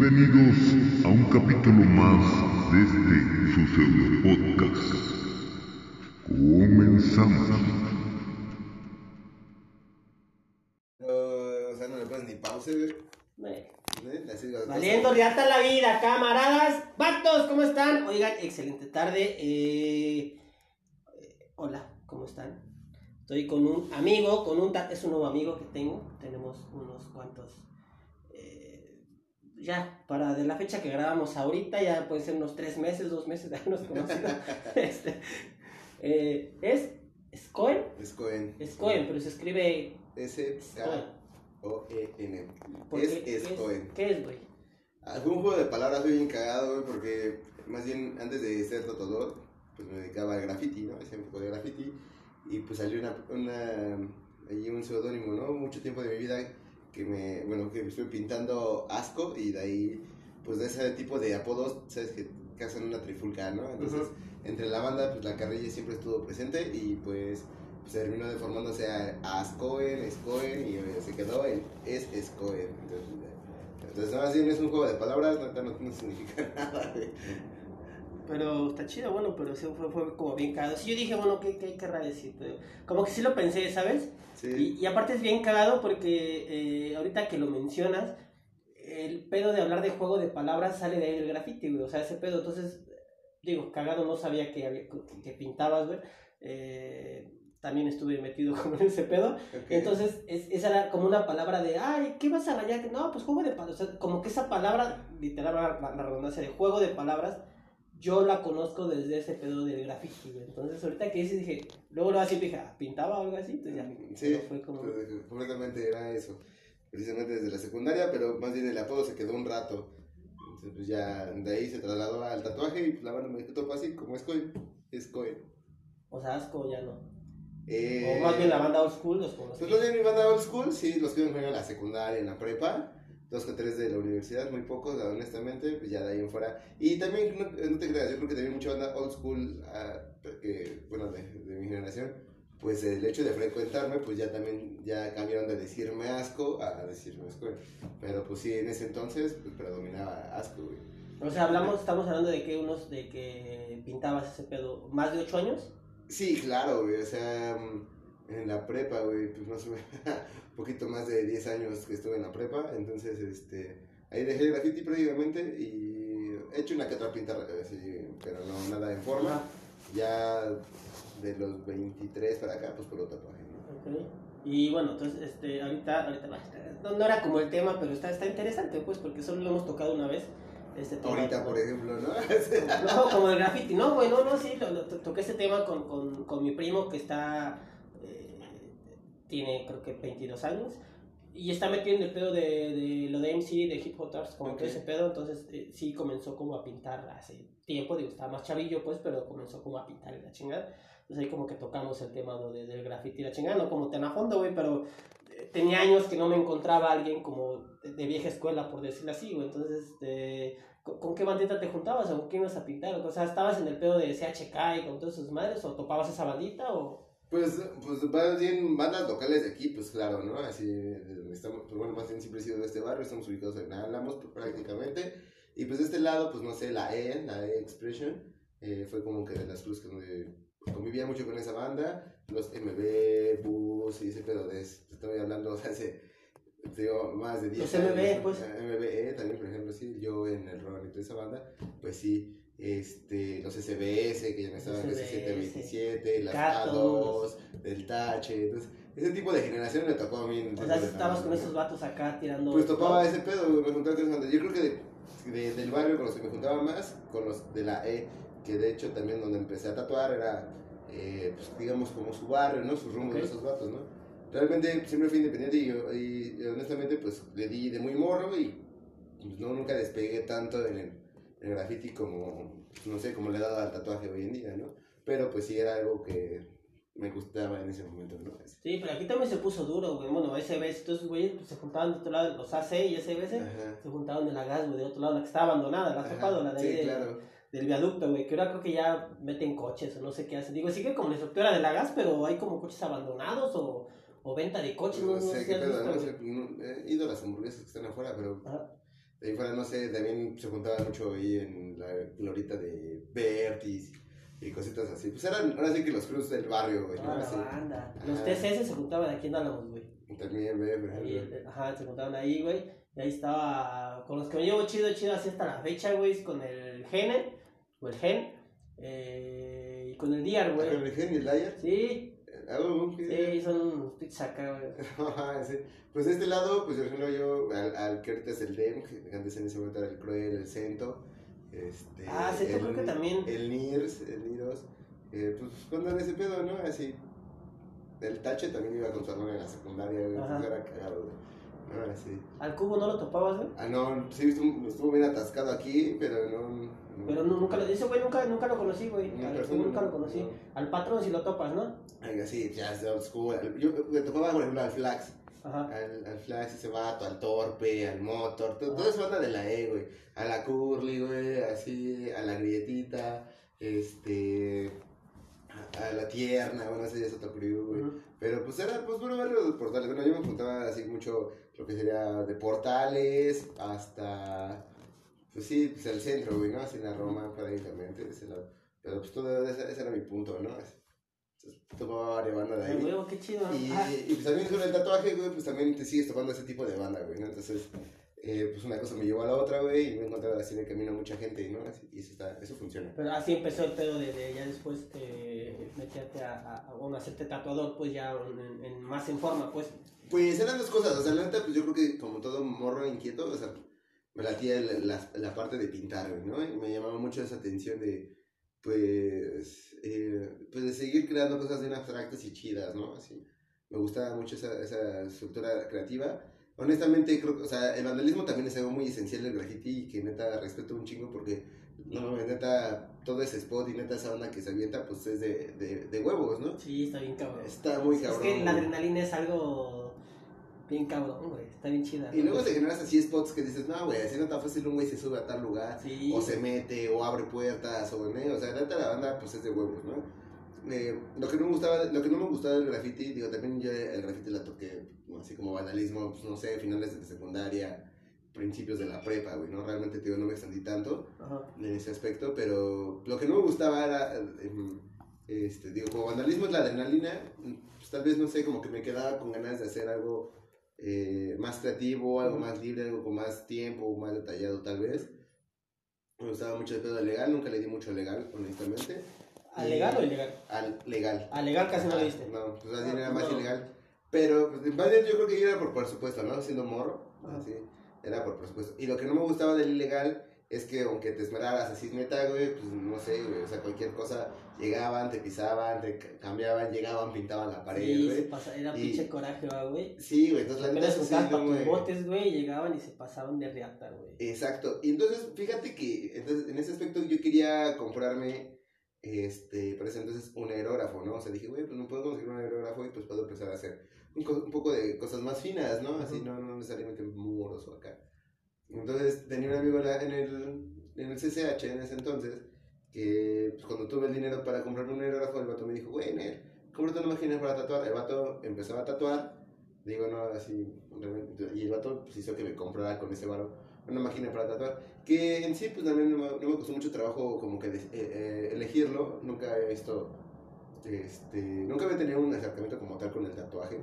Bienvenidos a un capítulo más de este su pseudo podcast. Comenzamos. O sea, no le pones ni pausa, güey. Así, Valiendo riata la vida, camaradas. Vatos, ¿cómo están? Oigan, excelente tarde. Hola, ¿cómo están? Estoy con un amigo, es un nuevo amigo que tengo. Tenemos unos cuantos. Ya, para de la fecha que grabamos ahorita, ya puede ser unos 3 meses, 2 meses de habernos conocido. ¿Es Cohen? Es Cohen. Es Cohen, pero se escribe S-K-O-E-N. Es Cohen. ¿Qué es, güey? Fue un juego de palabras bien cagado, güey, porque más bien antes de ser tatuador, pues me dedicaba al graffiti, ¿no? Hacía un poco de graffiti y pues salió ahí un seudónimo, ¿no? Mucho tiempo de mi vida que me estuve pintando asco y de ahí, pues de ese tipo de apodos, sabes que hacen una trifulca, ¿no? Entonces, entre la banda, pues la carrilla siempre estuvo presente y pues terminó deformándose a Ascoen, Escoen y se quedó en Escoen. Entonces, más bien es un juego de palabras, no significa nada, güey. Pero está chido, bueno, pero sí fue como bien cagado. Sí, yo dije, bueno, ¿qué querrá decir? Pero como que sí lo pensé, ¿sabes? Sí. Y aparte es bien cagado porque ahorita que lo mencionas, el pedo de hablar de juego de palabras sale de ahí del graffiti, güey. O sea, ese pedo, entonces, digo, cagado, no sabía que pintabas, güey. También estuve metido como en ese pedo. Okay. Entonces, esa era como una palabra de, ay, ¿qué vas a rayar? No, pues juego de palabras. O sea, como que esa palabra, literal, la redundancia de juego de palabras, yo la conozco desde ese pedo del graffiti, güey. Entonces, ahorita que dice, dije, luego así dije, ¿pintaba o algo así? Entonces ya, sí, fue como... completamente era eso. Precisamente desde la secundaria, pero más bien el apodo se quedó un rato. Entonces, pues ya de ahí se trasladó al tatuaje y pues la banda me dijo todo así, como es Cohen. O sea, asco ya no. O más bien la banda old school, los conozco. Pues los de mi banda old school, sí, los que iban en la secundaria, en la prepa. 2 o 3 de la universidad, muy pocos, honestamente, pues ya de ahí en fuera. Y también, no te creas, yo creo que también mucha banda old school, bueno, de mi generación, pues el hecho de frecuentarme, pues ya también, ya cambiaron de decirme asco a decirme asco. Pero pues sí, en ese entonces, pues predominaba asco, güey. O sea, estamos hablando de que pintabas ese pedo, ¿más de 8 años? Sí, claro, güey, o sea, en la prepa, güey, pues más o menos, un poquito más de 10 años que estuve en la prepa, entonces, ahí dejé el graffiti prácticamente y he hecho una que otra pinta, así, pero no nada en forma, ya de los 23 para acá, pues por lo tatuaje, ¿no? Okay. Y bueno, entonces, ahorita no era como el tema, pero está interesante, pues, porque solo lo hemos tocado una vez. Ahorita, ¿no? Por ejemplo, ¿no? No, como el graffiti, no, güey, no, sí, toqué ese tema con mi primo que tiene creo que 22 años y está metido en el pedo de lo de MC, de Hip Hop Arts, como que ese pedo, entonces sí comenzó como a pintar hace tiempo, digo, estaba más chavillo pues, pero comenzó como a pintar y la chingada, entonces ahí como que tocamos el tema del graffiti y la chingada, no como tan a fondo, güey, pero tenía años que no me encontraba alguien como de vieja escuela, por decirlo así, güey, entonces, ¿con qué bandita te juntabas o con quién ibas a pintar? O sea, ¿estabas en el pedo de CHK y con todas sus madres o topabas esa bandita o...? Pues más bien bandas locales de aquí, pues claro, ¿no? Así, estamos, pues bueno, más bien siempre he sido de este barrio, estamos ubicados en Álamos prácticamente, y pues de este lado, pues no sé, la E Expression, fue como que de las plus que donde convivía mucho con esa banda, los MB, Bus y ese pedo estoy hablando, o sea, digo, más de 10 años. Los MB, pues. MBE también, por ejemplo, sí, yo en el rock de esa banda, pues sí. Los SBS que ya no estaban, los 727, las A2, del Tache, entonces ese tipo de generación me tocó a mí. O sea, estabas con esos vatos acá tirando. Pues topaba ese pedo, me juntaba con esos. Yo creo que del barrio con los que me juntaba más, con los de la E, que de hecho también donde empecé a tatuar era, pues digamos, como su barrio, ¿no? Sus rumbos de esos vatos, ¿no? Realmente siempre fui independiente y honestamente, pues le di de muy morro y pues, nunca despegué tanto en el graffiti como, no sé, como le he dado al tatuaje hoy en día, ¿no? Pero pues sí era algo que me gustaba en ese momento, ¿no? Sí, pero aquí también se puso duro, güey. Bueno, SBS, todos esos güeyes pues, se juntaban de otro lado, los AC y SBS, se juntaban en la gas, güey, de otro lado, la que estaba abandonada, la has topado, la de ahí del viaducto, güey, que ahora creo que ya meten coches o no sé qué hacen. Digo, sigue como la estructura de la gas, pero hay como coches abandonados o venta de coches, no sé qué pedo, no sé, he ido a las hamburguesas que están afuera, pero... De ahí fuera, no sé, también se juntaban mucho ahí en la glorita de Vertis y cositas así. Pues eran, ahora sí que los crews del barrio, güey, ¿no? Toda la Así. banda. Los Ajá. TCS se juntaban aquí en Álamos, güey. También, güey, por Ahí, ejemplo. ajá, se juntaban ahí, güey. Y ahí estaba, con los que me llevo chido así hasta la fecha, güey, con el Gene, o el Gen, y con el Diar, ¿Con güey. el Gen y el Layer? Sí, Ah, güey, sí, son unos pits acá, güey. Ajá, sí. Pues de este lado, pues por ejemplo yo, al que ahorita es el Dem, que antes en ese momento era el Cruel, el Cento, Cento creo que también. El Nirs, el Niros, pues cuando en ese pedo, ¿no? Así, el Tache también iba con su hermano en la secundaria, güey, Ajá. entonces era cagado, güey. No, así. ¿Al Cubo no lo topabas, güey? Ah, no, sí, estuvo bien atascado aquí, pero no. Pero nunca lo, ese güey nunca lo conocí, güey. En Al persona, Cubo nunca lo conocí. no. Al Patrón sí lo topas, ¿no? Ay, sí, ya es old school. Yo me topaba, por ejemplo, al Flax. Ajá. Al Flash, ese vato, al Torpe, al Motor, Ajá. toda esa banda de la E, güey. A la Curly, güey, así, a la Grietita, a la Tierna, bueno, ese ya es otro crew, güey. Ujú. Pero pues era, pues, bueno, barrio de Portales. Bueno, yo me juntaba así mucho lo que sería de Portales hasta, pues sí, pues el centro, güey, ¿no? Así en la Roma, prácticamente, de ese lado. Pero pues todo ese era mi punto, ¿no? Entonces, topaba varias bandas de Ay, ahí. güey, qué chido. Y pues también sobre el tatuaje, güey, pues también te sigues topando ese tipo de banda, güey, ¿no? Entonces, pues una cosa me llevó a la otra, güey, y me he encontrado así en el camino mucha gente, ¿no? Y eso funciona. Pero así empezó el pedo de ya después meterte bueno, hacerte tatuador, pues ya más en forma, pues. Pues eran dos cosas, o sea, la neta, pues yo creo que como todo morro inquieto, o sea, me latía la parte de pintar, güey, ¿no? Y me llamaba mucho esa atención de, pues de seguir creando cosas bien abstractas y chidas, ¿no? Así, me gustaba mucho esa estructura creativa. Honestamente, creo que, o sea, el vandalismo también es algo muy esencial del graffiti y que neta respeto un chingo porque, no, neta, todo ese spot y neta esa onda que se avienta, pues es de huevos, ¿no? Sí, está bien cabrón. Está muy cabrón. Es que la güey. adrenalina es algo bien cabrón, güey. Está bien chida. Y luego te generas así spots que dices, no, güey, así no tan fácil un güey se sube a tal lugar, Sí. o se mete, o abre puertas, o sea, neta la banda pues es de huevos, ¿no? Lo que no me gustaba del graffiti, digo, también yo el graffiti la toqué, así como vandalismo, pues no sé, finales de secundaria, principios de la prepa, güey, ¿no? Realmente, digo, no me extendí tanto Ajá. en ese aspecto, pero lo que no me gustaba era, digo, como vandalismo es la adrenalina, pues tal vez, no sé, como que me quedaba con ganas de hacer algo más creativo, algo más libre, algo con más tiempo, más detallado tal vez. Me gustaba mucho el pedo de legal, nunca le di mucho legal, honestamente. ¿Al legal o ilegal? Al legal. Al legal casi no le diste. No, pues más bien era más no. ilegal. Pero pues, más bien yo creo que era por presupuesto, ¿no? Siendo morro, Ajá. así, era por presupuesto. Y lo que no me gustaba del ilegal es que aunque te esmeraras así neta, güey, pues no sé, güey, o sea, cualquier cosa, llegaban, te pisaban, te cambiaban, llegaban, pintaban la pared, Sí, güey. era Y- pinche coraje, güey. Sí, güey, entonces la neta Apenas eso sí, juntaban no, para tus güey. botes, güey, llegaban y se pasaban de riata, güey. Exacto. Y entonces, fíjate que entonces, en ese aspecto yo quería comprarme, por ese entonces, un aerógrafo, ¿no? O sea, dije, güey, pues no puedo conseguir un aerógrafo y pues puedo empezar a hacer un poco de cosas más finas, ¿no? Así, no necesariamente muros o acá. Entonces, tenía un amigo en el CCH en ese entonces, que pues, cuando tuve el dinero para comprarme un aerógrafo, el vato me dijo, güey, Nel, cómprate una máquina para tatuar. El vato empezaba a tatuar, digo, no, así, y el vato pues, hizo que me comprara con ese varo una máquina para tatuar, que en sí, pues también no me costó mucho trabajo como que elegirlo, nunca he visto, nunca había tenido un acercamiento como tal con el tatuaje,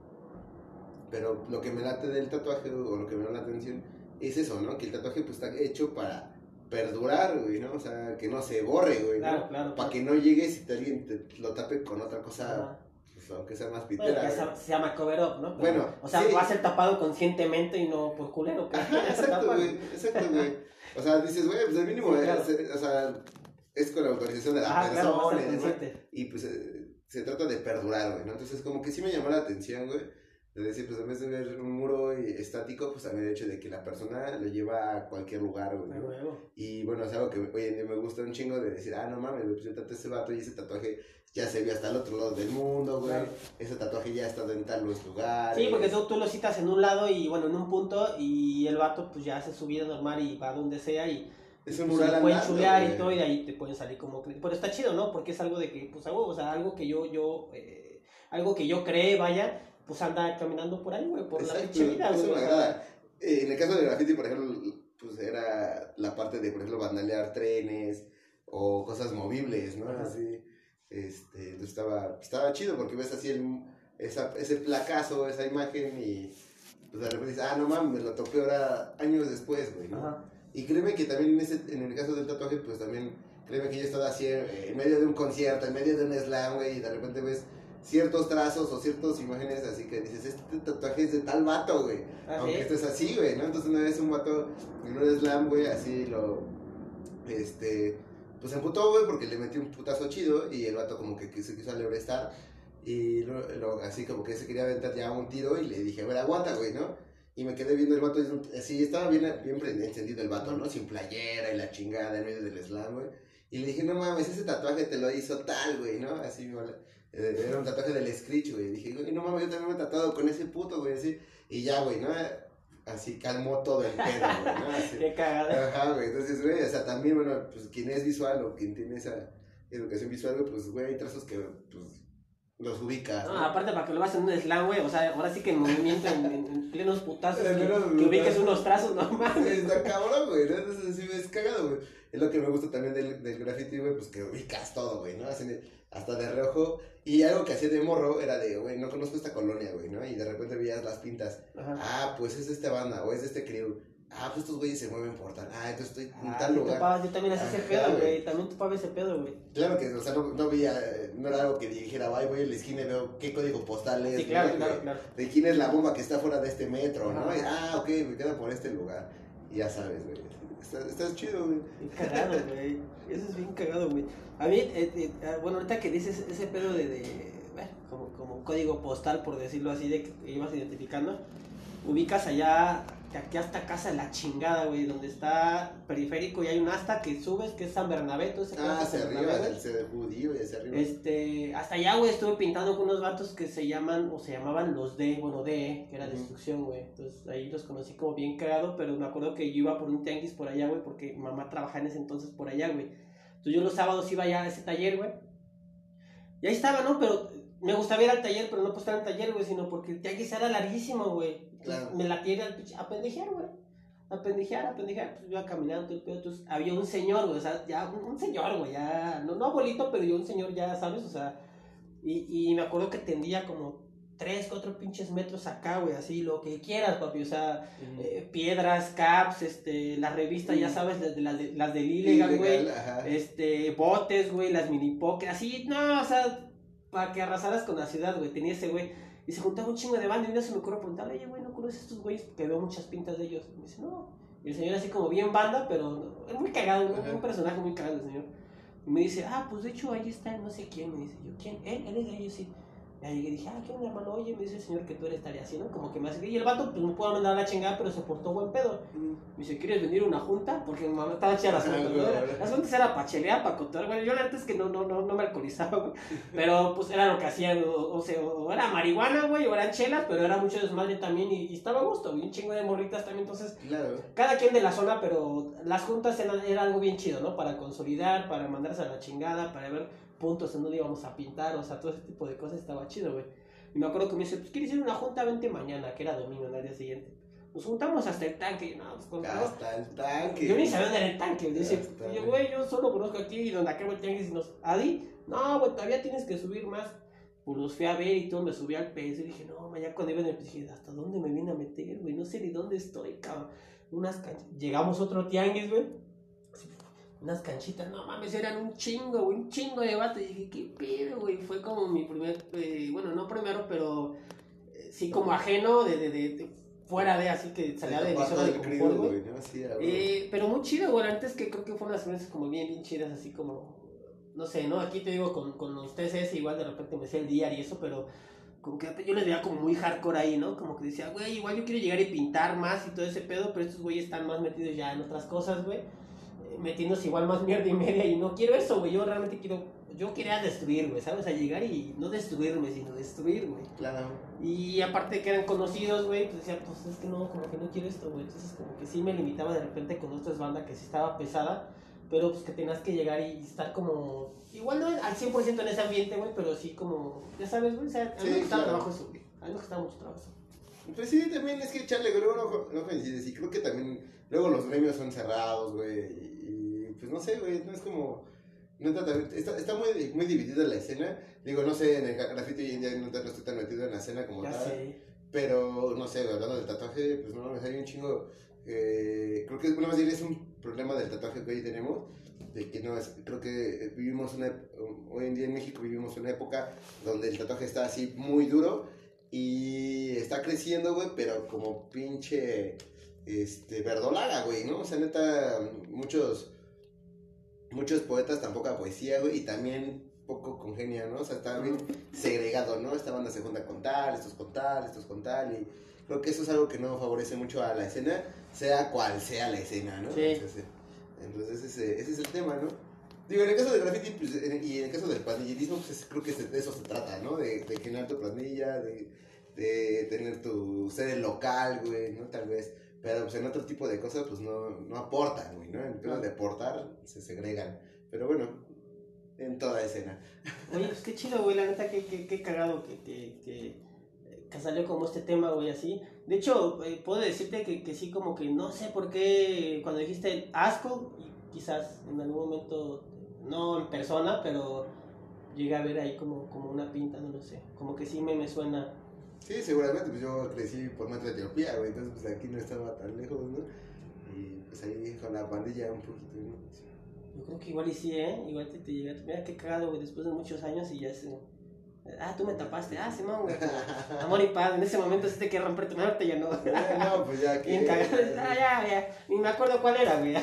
pero lo que me late del tatuaje o lo que me llama la atención es eso, ¿no? Que el tatuaje pues está hecho para perdurar, güey, ¿no? O sea, que no se borre, güey, Claro, ¿no? claro. Para que no llegues y alguien te lo tape con otra cosa, Ajá. pues, aunque sea más Bueno, pitera. que güey. se llama cover up, ¿no? Pero, Bueno, o sea, sí. va a ser tapado conscientemente y no por culero. Que Ajá, exacto, güey, exacto, güey. O sea, dices, güey, pues el mínimo, Sí, claro. o sea, es con la autorización de la Ah, claro, va a persona ser y demás. consciente. Y pues se trata de perdurar, güey, ¿no? Entonces, como que sí me llamó la atención, güey. De decir, pues en vez de ver un muro estático, pues también el hecho de que la persona lo lleva a cualquier lugar, güey, A ¿no? huevo. Y bueno, es algo que hoy en día me gusta un chingo de decir, no mames, güey, pues yo tatué ese vato y ese tatuaje ya se vio hasta el otro lado del mundo, güey. Claro. Ese tatuaje ya ha estado en tal lugares. Sí, porque tú lo citas en un lado y bueno, en un punto y el vato pues ya hace su vida normal y va donde sea y Es un pues, mural lo pueden andando, chulear güey. y todo y de ahí te pueden salir como... Pero está chido, ¿no? Porque es algo de que, pues, o sea, algo que algo que yo creé, vaya, pues anda caminando por ahí, güey, por la Exacto, pinche vida, eso güey. me o sea, agrada. En el caso de graffiti, por ejemplo, pues era la parte de, por ejemplo, vandalear trenes o cosas movibles, ¿no? Ajá. Así, entonces estaba chido porque ves así ese placazo, esa imagen y pues de repente dices, ah, no mames, me lo topé ahora años después, güey, ¿no? Ajá. Y créeme que también en el caso del tatuaje, pues también, créeme que yo estaba así en medio de un concierto, en medio de un slam, güey, y de repente ves ciertos trazos o ciertas imágenes así que dices, este tatuaje es de tal vato, güey. ¿Ah, Aunque sí? estés así, güey, ¿no? Entonces una vez un vato en un slam, güey, así pues se emputó, güey, porque le metí un putazo chido y el vato como que se quiso alebrestar y así como que se quería aventar ya un tiro y le dije, a ver, aguanta, güey, ¿no? Y me quedé viendo el vato, así estaba bien encendido el vato, ¿no? Sin playera y la chingada en medio del slam, güey. Y le dije, no mames, ese tatuaje te lo hizo tal, güey, ¿no? Así, era un tatuaje del Screech, güey. Dije, güey, no mames, yo también me he tatuado con ese puto, güey, así. Y ya, güey, ¿no? Así calmó todo el pedo, güey, ¿no? Así. Qué cagada. Ajá, güey, entonces, güey, o sea, también, bueno, pues quien es visual o quien tiene esa educación visual, güey, pues, güey, hay trazos que, pues, los ubicas, No, ¿no? aparte para que lo veas en un slam, güey, o sea, ahora sí que en movimiento, en plenos putazos, En plenos que putazos. ubiques unos trazos, no mames. Está cabrón, güey, ¿no? Entonces, sí, es cagado, güey. Es lo que me gusta también del graffiti, güey, pues que ubicas todo, güey, ¿no? Así hasta de reojo. Y algo que hacía de morro era de, güey, no conozco esta colonia, güey, ¿no? Y de repente veías las pintas. Ajá. Ah, pues es de esta banda, o es de este crew. Ah, pues estos güeyes se mueven por tal. Ah, entonces estoy en tal sí, lugar. yo también hacía ese Ajá, pedo, güey. güey, también topaba ese pedo, güey. Claro que, o sea, no veía, no era algo que dijera, ay, voy a la esquina y veo qué código postal es. Sí, claro, ¿no? claro, claro. De quién es la bomba que está fuera de este metro, ¿no? Ajá. Y, ah, ok, me queda por este lugar. Y ya sabes, güey. Está chido, güey. Bien cagado, güey. Eso es bien cagado, güey. A mí, bueno, ahorita que dices ese pedo bueno, como código postal, por decirlo así, de que ibas identificando, ubicas allá, de aquí hasta Casa de la Chingada, güey, donde está periférico y hay un asta que subes, que es San Bernabé, todo ese pedo de Hacia San arriba, Bernabé, del CD judío y hacia arriba. hasta allá, güey, estuve pintando con unos vatos que se llamaban los que era destrucción, güey. Entonces ahí los conocí como bien cagado, pero me acuerdo que yo iba por un tianguis por allá, güey, porque mi mamá trabajaba en ese entonces por allá, güey. Entonces yo los sábados iba allá a ese taller, güey. Y ahí estaba, ¿no? Pero me gustaba ir al taller, pero no por estar en el taller, güey, sino porque el tianguis era larguísimo, güey. Claro. Me la tiene a pendejear, güey. A pendejear, pues yo iba caminando todo el pedo, entonces había un señor, güey, o sea, ya un señor, güey, ya, no abuelito, pero yo un señor ya, ¿sabes? O sea, y me acuerdo que tendía como 3, 4 pinches metros acá, güey, así, lo que quieras, papi, o sea, piedras, caps, las revistas, ya sabes, las del Illegal, güey, Ajá. botes, güey, las mini poker, así, no, o sea, para que arrasaras con la ciudad, güey, tenía ese güey. Y se juntaba un chingo de banda y un día se me ocurrió preguntarle, oye, güey, ¿no conoces estos güeyes? Porque veo muchas pintas de ellos. Y me dice, no. Y el señor así como bien banda, pero es muy cagado, ¿no? Un personaje muy cagado el señor. Y me dice, pues de hecho ahí está no sé quién. Me dice, yo, ¿quién? Él es de ellos, sí. Y ahí llegué y dije, ¿qué onda, hermano? Oye, me dice el señor que tú eres tarea así, ¿no? Como que me hace... Y el vato, pues me pudo mandar a la chingada, pero se portó buen pedo. Me dice, ¿quieres venir a una junta? Porque mi mamá estaba chida las juntas, ¿no? Las juntas era para chelear, para contar, güey. Yo la neta es que no me alcoholizaba, güey. Pero pues era lo que hacían, o sea, o era marihuana, güey, o eran chelas, pero era mucho desmadre también y estaba a gusto, güey. Un chingo de morritas también, entonces... Claro. Cada quien de la zona, pero las juntas era algo bien chido, ¿no? Para consolidar, para mandarse a la chingada, para ver puntos en donde íbamos a pintar, o sea, todo ese tipo de cosas estaba chido, güey. Y me acuerdo que me dice, pues ¿quieres ir a una junta? Vente mañana, que era domingo, al día siguiente. Nos juntamos hasta el tanque. Y no, pues, Hasta el tanque. yo ni sabía dónde era el tanque. Dice, yo, güey, yo solo conozco aquí y donde acaba el tanque. Y nos, ¿Adi? No, güey, todavía tienes que subir más. Pues los fui a ver y todo, me subí al peso. Y dije, no, ya cuando iba en el dije, ¿hasta dónde me vine a meter, güey? No sé ni dónde estoy, cabrón. Llegamos a otro tianguis, güey. Unas canchitas, no mames, eran un chingo de vato. Y dije, ¿qué pedo, güey? Fue como mi primer, bueno, no primero, pero sí como ajeno de fuera de, así que salía de mi zona de confort, güey. ¿No? Sí, pero muy chido, güey, antes que creo que fueron las experiencias como bien chidas, así como, no sé, ¿no? Aquí te digo, con ustedes igual de repente me sé el día y eso, pero como que yo les veía como muy hardcore ahí, ¿no? Como que decía, güey, igual yo quiero llegar y pintar más y todo ese pedo, pero estos güeyes están más metidos ya en otras cosas, güey. Metiéndose igual más mierda y media y no quiero eso, güey, yo realmente yo quería destruir, güey, ¿sabes? A llegar y no destruirme, sino destruir, güey. Claro. Y aparte de que eran conocidos, güey, pues decía, pues es que no, como que no quiero esto, güey. Entonces como que sí me limitaba de repente con otras bandas que sí estaba pesada, pero pues que tenías que llegar y estar como, igual no al 100% en ese ambiente, güey, pero sí como, ya sabes, güey, o sea, a mí me costaba trabajo eso, güey. A mí me costaba mucho trabajo eso. Pues sí, también es que echarle luego no coincides y creo que también Luego los gremios son cerrados, güey. Y pues no sé, güey, no es como... No está muy, muy dividida la escena. Digo, no sé, en el graffiti hoy en día no estoy tan metido en la escena como Ya tal. sé. Pero, no sé, hablando del tatuaje, pues no, hay un chingo... creo que, bueno, más bien es un problema del tatuaje que hoy tenemos. De que no es, creo que vivimos hoy en día en México vivimos una época donde el tatuaje está así muy duro y está creciendo, güey, pero como pinche, verdolaga, güey, ¿no? O sea, neta, muchos poetas tan poca poesía, güey, y también poco congenia, ¿no? O sea, está bien segregado, ¿no? Esta banda se junta con tal, estos con tal, estos con tal, y creo que eso es algo que no favorece mucho a la escena, sea cual sea la escena, ¿no? Sí. Entonces ese es el tema, ¿no? Digo, en el caso del graffiti pues, y en el caso del pandillerismo, pues creo que de eso se trata, ¿no? De generar tu pandilla, de tener tu sede local, güey, ¿no? Tal vez. Pero pues en otro tipo de cosas, pues no aportan, güey, ¿no? En el tema de aportar, se segregan. Pero bueno, en toda escena. Oye, pues qué chido, güey, la neta, qué cagado que salió como este tema, güey, así. De hecho, puedo decirte que sí, como que no sé por qué cuando dijiste asco, y quizás en algún momento, no en persona, pero llegué a ver ahí como una pinta, no lo sé. Como que sí me suena. Sí, seguramente, pues yo crecí por Metro Etiopía, güey, entonces pues aquí no estaba tan lejos, ¿no? Y pues ahí con la pandilla un poquito, ¿no? Yo creo que igual y sí, igual te llega. Mira qué cagado, güey, después de muchos años y ya es... tú me tapaste. Simón, güey. Amor y paz. En ese momento sí te quiero romper tu muerte, ya no. No, pues ya aquí. Bien cagado. Ya. Ni me acuerdo cuál era, güey.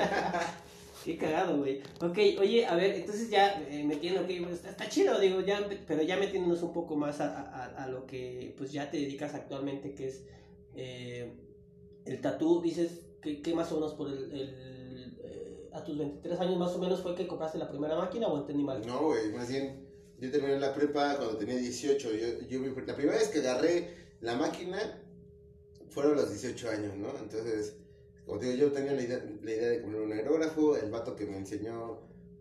Qué cagado, güey. Ok, oye, a ver, entonces ya metiendo que está chido, digo, ya, pero ya metiéndonos un poco más a lo que pues ya te dedicas actualmente, que es el tatú. Dices que más o menos por a tus 23 años más o menos fue que compraste la primera máquina, o entendí mal. No, güey, más bien yo terminé la prepa cuando tenía 18. La primera vez que agarré la máquina fueron a los 18 años, ¿no? Entonces, como te digo, yo tenía la idea de comprar un aerógrafo. El vato que me enseñó,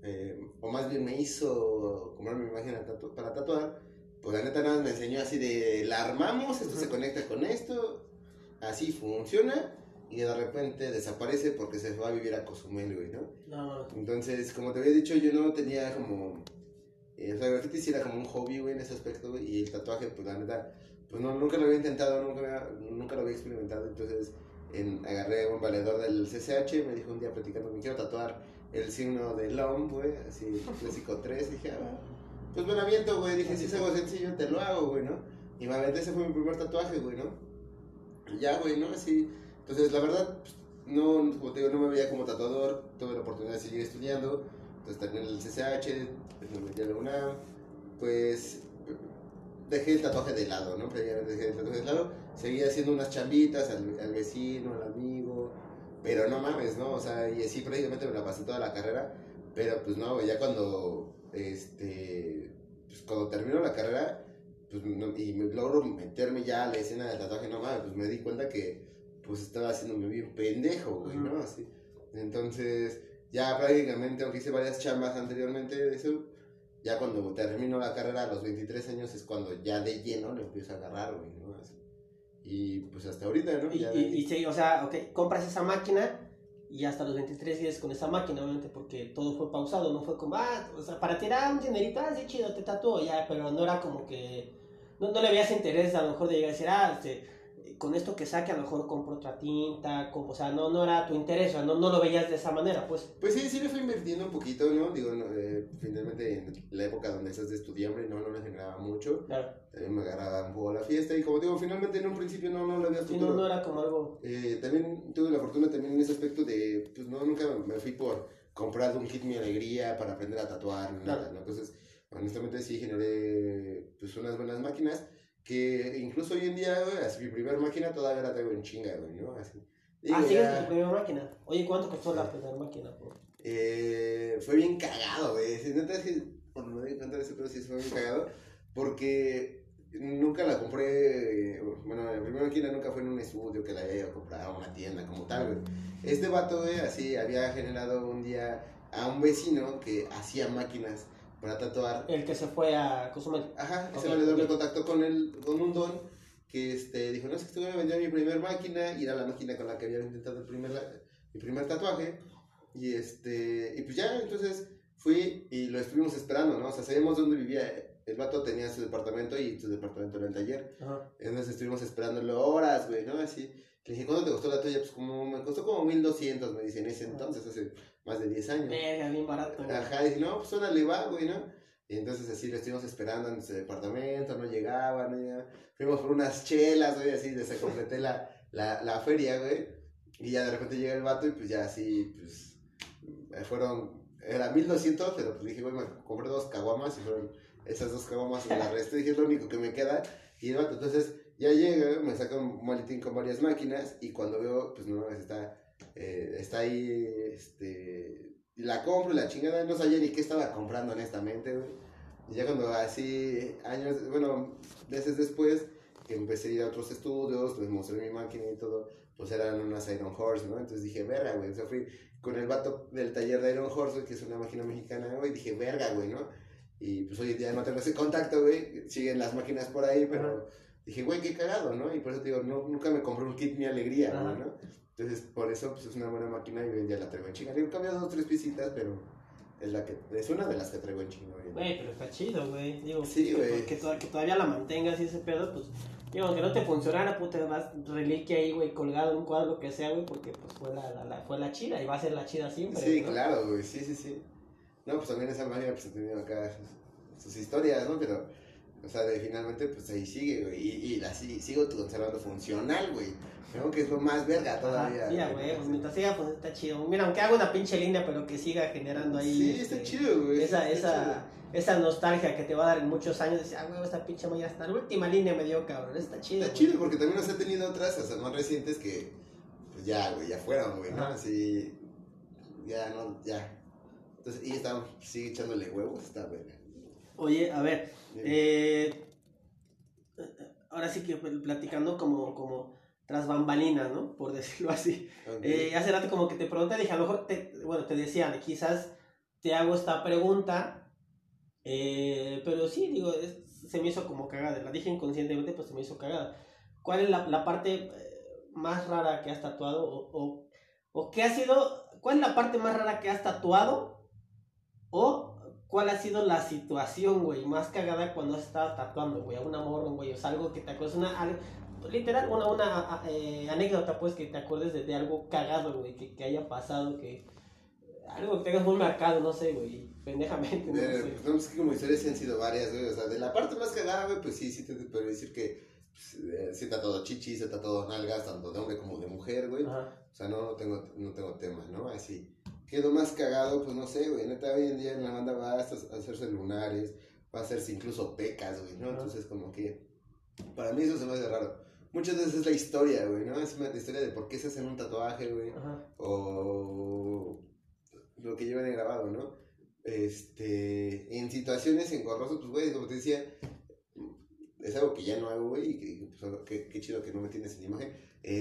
o más bien me hizo comprar mi máquina para tatuar, pues la neta nada más me enseñó así de, la armamos, esto se conecta con esto, así funciona. Y de repente desaparece porque se va a vivir a Cozumel, güey, ¿no? No. Entonces, como te había dicho, yo no tenía como... o sea, el graffiti sí era como un hobby, güey, en ese aspecto, güey. Y el tatuaje, pues la neta, pues no, nunca lo había intentado, nunca lo había experimentado. Entonces, agarré un valedor del CCH, me dijo un día platicando, me quiero tatuar el signo de LOM, güey, así, clásico 3. Dije, pues me lo aviento, güey. Dije, si es algo sencillo, te lo hago, güey, ¿no? Y me aventé, ese fue mi primer tatuaje, güey, ¿no? Y ya, güey, ¿no? Así... Entonces, la verdad, pues, no, como te digo, no me veía como tatuador. Tuve la oportunidad de seguir estudiando. Entonces terminé el CCH, me metí a la UNAM. Pues dejé el tatuaje de lado, ¿no? Previamente dejé el tatuaje de lado. Seguí haciendo unas chambitas al vecino, al amigo. Pero no mames, ¿no? O sea, y así prácticamente me la pasé toda la carrera. Pero pues no, ya cuando, pues cuando termino la carrera, pues, y me logro meterme ya a la escena del tatuaje, no mames, pues me di cuenta que pues estaba haciéndome bien pendejo, güey, ¿no? Así. Entonces, ya prácticamente, aunque hice varias chambas anteriormente de eso, ya cuando termino la carrera a los 23 años es cuando ya de lleno le empiezo a agarrar, güey, ¿no? Así. Y pues hasta ahorita, ¿no? Y sí, o sea, ok, compras esa máquina y hasta los 23 días con esa máquina, obviamente, porque todo fue pausado, no fue como, o sea, para tirar un dinerito, sí, chido, te tatuó, ya, pero no era como que, no le veías interés a lo mejor de llegar a decir, con esto que saque a lo mejor compro otra tinta, o sea, no era tu interés, o sea, no lo veías de esa manera, pues. Pues sí le fui invirtiendo un poquito, ¿no? Digo, finalmente en la época donde estás de estudiante no le generaba mucho. Claro. También me agarraba un poco la fiesta y como digo, finalmente en un principio no lo había futuro. Sí, no era como algo... también tuve la fortuna también en ese aspecto de, pues no, nunca me fui por comprar un kit Mi Alegría para aprender a tatuar, ni nada, ¿no? Entonces, honestamente sí generé, pues unas buenas máquinas. Que incluso hoy en día, güey, así mi primera máquina todavía la traigo en chinga, güey, ¿no? Así. Digo, ¿sigues con tu primera máquina? Oye, ¿cuánto costó la primera máquina, bro? Fue bien cagado, güey. Si neta es que, cuando me doy cuenta de ese pedo, sí fue bien cagado. Porque nunca la compré, bueno, la primera máquina nunca fue en un estudio que la haya comprado a una tienda como tal, güey. Este vato, güey, así había generado un día a un vecino que hacía máquinas para tatuar. El que se fue a Cozumel. Ajá, ese valedor me contactó con un don que dijo, no, es que este güey me vendió mi primer máquina, y era la máquina con la que había intentado mi primer tatuaje, y pues ya, entonces fui y lo estuvimos esperando, ¿no? O sea, sabíamos dónde vivía. El vato tenía su departamento y su departamento era el taller. Ajá. Entonces estuvimos esperándolo horas, güey, ¿no? Así. Le dije, ¿cuánto te costó la tuya? Pues me costó como 1200, me dice, en ese entonces, hace más de 10 años. Verga, bien barato, güey. Ajá, y dije, no, pues órale, va, güey, ¿no? Y entonces así lo estuvimos esperando en su departamento, no llegaba, no llegaba. Fuimos por unas chelas, güey, así, se completé la feria, güey. Y ya de repente llega el vato y pues ya así, pues, era 1200, pero pues dije, güey, me compré 2 caguamas y fueron esas 2 caguamas me las resté, dije, es lo único que me queda. Y el vato, entonces, ya llega, me saca un maletín con varias máquinas y cuando veo, pues no, está ahí, y la compro y la chingada, no sabía ni qué estaba comprando honestamente, güey. Y ya cuando así, meses después, que empecé a ir a otros estudios, les mostré mi máquina y todo, pues eran unas Iron Horse, ¿no? Entonces dije, verga, güey, o sea, fui con el vato del taller de Iron Horse, güey, que es una máquina mexicana, güey, dije, verga, güey, ¿no? Y pues hoy en día no tengo ese contacto, güey, siguen las máquinas por ahí, pero dije, güey, qué cagado, ¿no? Y por eso te digo, nunca me compré un kit Mi Alegría, güey, ¿no? Entonces, por eso, pues es una buena máquina y hoy en día la traigo en chinga. Le he cambiado 2 o 3 pisitas, pero es una de las que traigo en chinga, güey. Güey, pero está chido, güey. Digo, sí, güey. Que todavía la mantengas y ese pedo, pues, digo, que no te funcionara, puta, más reliquia ahí, güey, colgado en un cuadro que sea, güey, porque pues fue la chida y va a ser la chida siempre. Sí, ¿no? claro, güey, sí. No, pues también esa máquina pues ha tenido acá sus historias, ¿no? Pero, o sea, finalmente pues ahí sigue, güey, y la sigo conservando funcional, güey. Creo que es lo más verga todavía. Sí, güey, pues mientras siga, pues está chido. Mira, aunque haga una pinche línea, pero que siga generando ahí. Sí, está chido, güey. Esa nostalgia que te va a dar en muchos años. Decir, güey, esta pinche máquina hasta la última línea me dio, cabrón. Está chido. Está chido porque también nos ha tenido otras, o sea, más recientes que, pues ya, güey, ya fueron, güey, ¿no? Así, ya, no, ya. Entonces, y sigue echándole huevos, está verga. Oye, a ver, ahora sí que platicando como tras bambalinas, ¿no? Por decirlo así. Okay. Hace rato como que te pregunté, dije, a lo mejor te decía, quizás te hago esta pregunta, pero sí, digo, se me hizo como cagada, la dije inconscientemente, pues se me hizo cagada. ¿Cuál es la parte más rara que has tatuado? O qué ha sido, cuál es la parte más rara que has tatuado? O ¿cuál ha sido la situación, güey, más cagada cuando has estado tatuando, güey? A un amor, güey, o sea, algo que te acuerdes, literal, una anécdota, pues, que te acuerdes de algo cagado, güey, que haya pasado, algo que tengas muy marcado, no sé, güey, pendejamente, no sé. Pues no, es que como historias sí han sido varias, güey, o sea, de la parte más cagada, güey, pues sí te puedo decir que pues, sí he tatuado chichis, he tatuado nalgas, tanto de hombre como de mujer, güey. O sea, no tengo tema, ¿no? Así. Quedó más cagado, pues no sé, güey, neta, hoy en día en la banda va a hacerse lunares, va a hacerse incluso pecas, güey, ¿no? Entonces como que, para mí eso se me hace raro. Muchas veces es la historia, güey, ¿no? Es la historia de por qué se hacen un tatuaje, güey, o lo que llevan grabado, ¿no? En situaciones engorrosas, pues, güey, como te decía, es algo que ya no hago, güey, y pues, qué chido que no me tienes en imagen,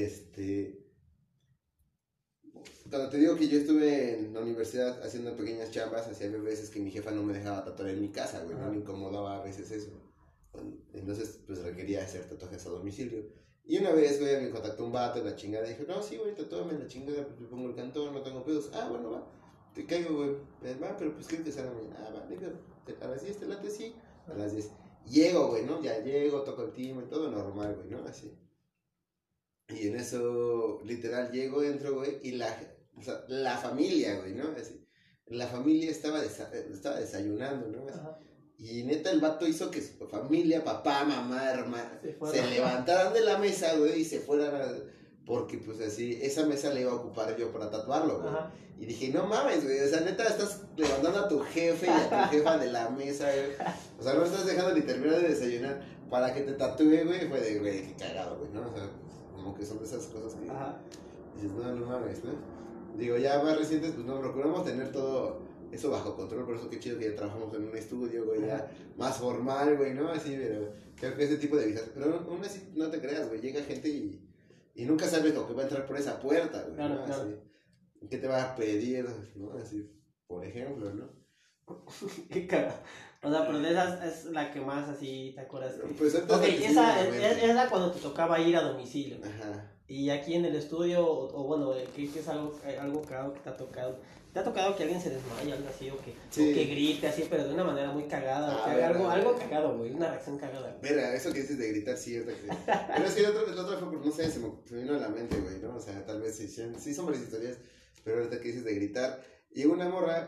Cuando te digo que yo estuve en la universidad haciendo pequeñas chambas, hacía veces que mi jefa no me dejaba tatuar en mi casa, güey, no me incomodaba a veces eso. Entonces, pues requería hacer tatuajes a domicilio. Y una vez, güey, me contactó un vato de la chingada y dijo, no, sí, güey, tatúame la chingada, pues le pongo el cantón, no tengo pedos. Ah, bueno, va, te caigo, güey. Va, pero pues creo que será mañana. Ah, va, neta, a las 10 te late, sí, a las 10. Llego, güey, ¿no? Ya llego, toco el timbre, todo normal, güey, ¿no? Así. Y en eso, literal, llego, entro, güey, y la familia, güey, ¿no? Así, la familia estaba desayunando, ¿no? Así, y neta el vato hizo que su familia, papá, mamá, hermana, se levantaran de la mesa, güey, y se fueran porque pues así, esa mesa la iba a ocupar yo para tatuarlo, güey. Y dije, no mames, güey, o sea, neta estás levantando a tu jefe y a tu jefa de la mesa, güey. O sea, no estás dejando ni terminar de desayunar para que te tatúe, güey. Fue de, güey, qué cagado, güey, ¿no? O sea, como que son de esas cosas que dices, no mames, ¿no? Digo, ya más recientes, pues no, procuramos tener todo eso bajo control, por eso qué chido que ya trabajamos en un estudio, güey, ya más formal, güey, ¿no? Así, pero creo que ese tipo de visas, pero aún así no te creas, güey, llega gente y nunca sabes lo que va a entrar por esa puerta, güey, ¿no? Así, ¿qué te va a pedir, no? Así, por ejemplo, ¿no? Qué cagado. O sea, pero de esas es la que más así te acuerdas. Pues ahorita Ok, es la que esa sí me viene a la mente. era cuando te tocaba ir a domicilio. Ajá. Y aquí en el estudio, o bueno, ¿qué es algo cagado que te ha tocado? ¿Te ha tocado que alguien se desmaye, algo así, Sí. o que grite así, pero de una manera muy cagada? O que haga algo cagado, güey, una reacción cagada. Güey. Mira, eso que dices de gritar, sí, ahorita que... Pero es que el otro fue, no sé, se me vino a la mente, güey, ¿no? O sea, tal vez sí son varias historias, pero ahorita que dices de gritar. Llegó una morra,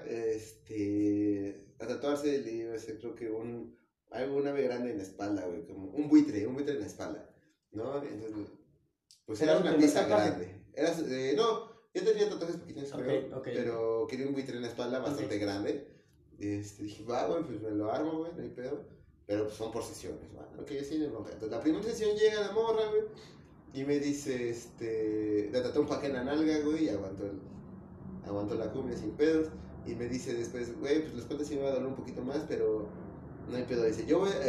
a tatuarse, le iba a hacer, creo que un ave grande en la espalda, güey, como un buitre en la espalda, ¿no? Entonces, pues ¿Era era tu una primer pieza tatuaje? grande. No, yo tenía tatuajes pequeños, creo, Ok. pero quería un buitre en la espalda bastante grande. Dije, va, güey, pues me lo armo, güey, no hay pedo. Pero pues son por sesiones, ¿va? Ok, sí, no hay bronca. Entonces la primera sesión llega la morra, güey, y me dice, le tatué un paquete en la nalga, güey, y aguantó la cumbia sin pedos. Y me dice después, güey, pues la espalda sí me va a doler un poquito más, pero no hay pedo. Dice,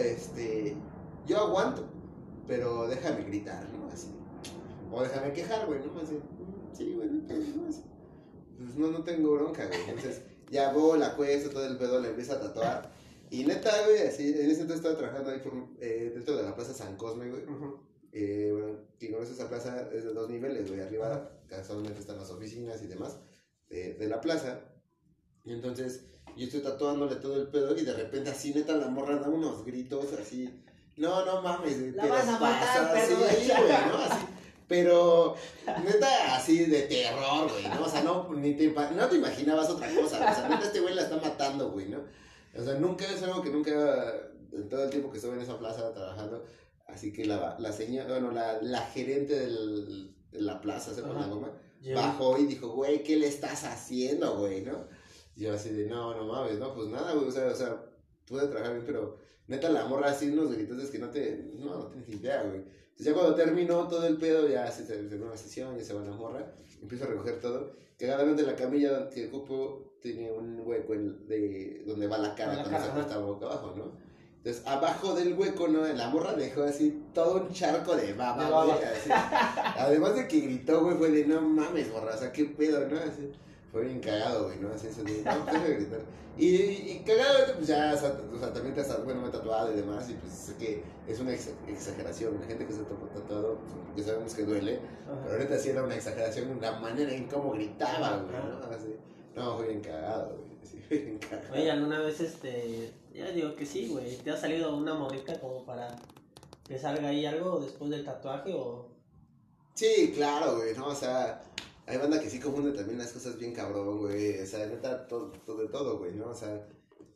yo aguanto, pero déjame gritar, ¿no? Así. O déjame quejar, güey, ¿no? Así, sí, güey, no hay pedo, ¿no? Así. Pues no tengo bronca, güey. Entonces, ya voy, la cuesta, todo el pedo, le empiezo a tatuar. Y neta, güey, así, en ese entonces estaba trabajando ahí dentro de la plaza San Cosme, güey. Bueno, quien conoce esa plaza es de 2 niveles, güey. Arriba casualmente están las oficinas y demás de la plaza. Y entonces yo estoy tatuándole todo el pedo y de repente así neta la morra da unos gritos así. No mames, güey. La vas a matar, así, perro. güey, ¿no? Así. Pero neta así de terror, güey, ¿no? O sea, no te imaginabas otra cosa. O sea, neta este güey la está matando, güey, ¿no? O sea, nunca es algo que nunca, en todo el tiempo que estuve en esa plaza trabajando, así que la señora, bueno, la gerente de la plaza, ¿se pone la goma? Bajó y dijo, güey, ¿qué le estás haciendo, güey, no? Y yo así de, no mames, no, pues nada, güey, o sea, pude trabajar bien, pero neta la morra así unos gritos que no tienes idea, güey. Entonces ya cuando terminó todo el pedo, ya se terminó la sesión, ya se va la morra, empiezo a recoger todo. Cagadamente la camilla que ocupo tiene un hueco de donde va la cara cuando se acuesta boca abajo, ¿no? Entonces, abajo del hueco, ¿no? La morra dejó así todo un charco de baba, güey. Así. Además de que gritó, güey, fue de no mames, morra, o sea, qué pedo, ¿no? Así. Fue bien cagado, güey, ¿no? Así, de, no, deja de gritar. Y cagado, pues ya, o sea, también bueno, me he tatuado y demás, y pues sé que es una exageración. La gente que se ha tatuado, pues, ya sabemos que duele, pero ahorita sí era una exageración la manera en cómo gritaba, güey, ¿no? Así, no, fue bien cagado, güey. Sí, fue bien cagado. Oye, alguna vez, ya digo que sí, güey, ¿te ha salido una morrita como para que salga ahí algo después del tatuaje o...? Sí, claro, güey, ¿no? O sea, hay banda que sí confunde también las cosas bien cabrón, güey. O sea, neta, todo, güey, ¿no? O sea,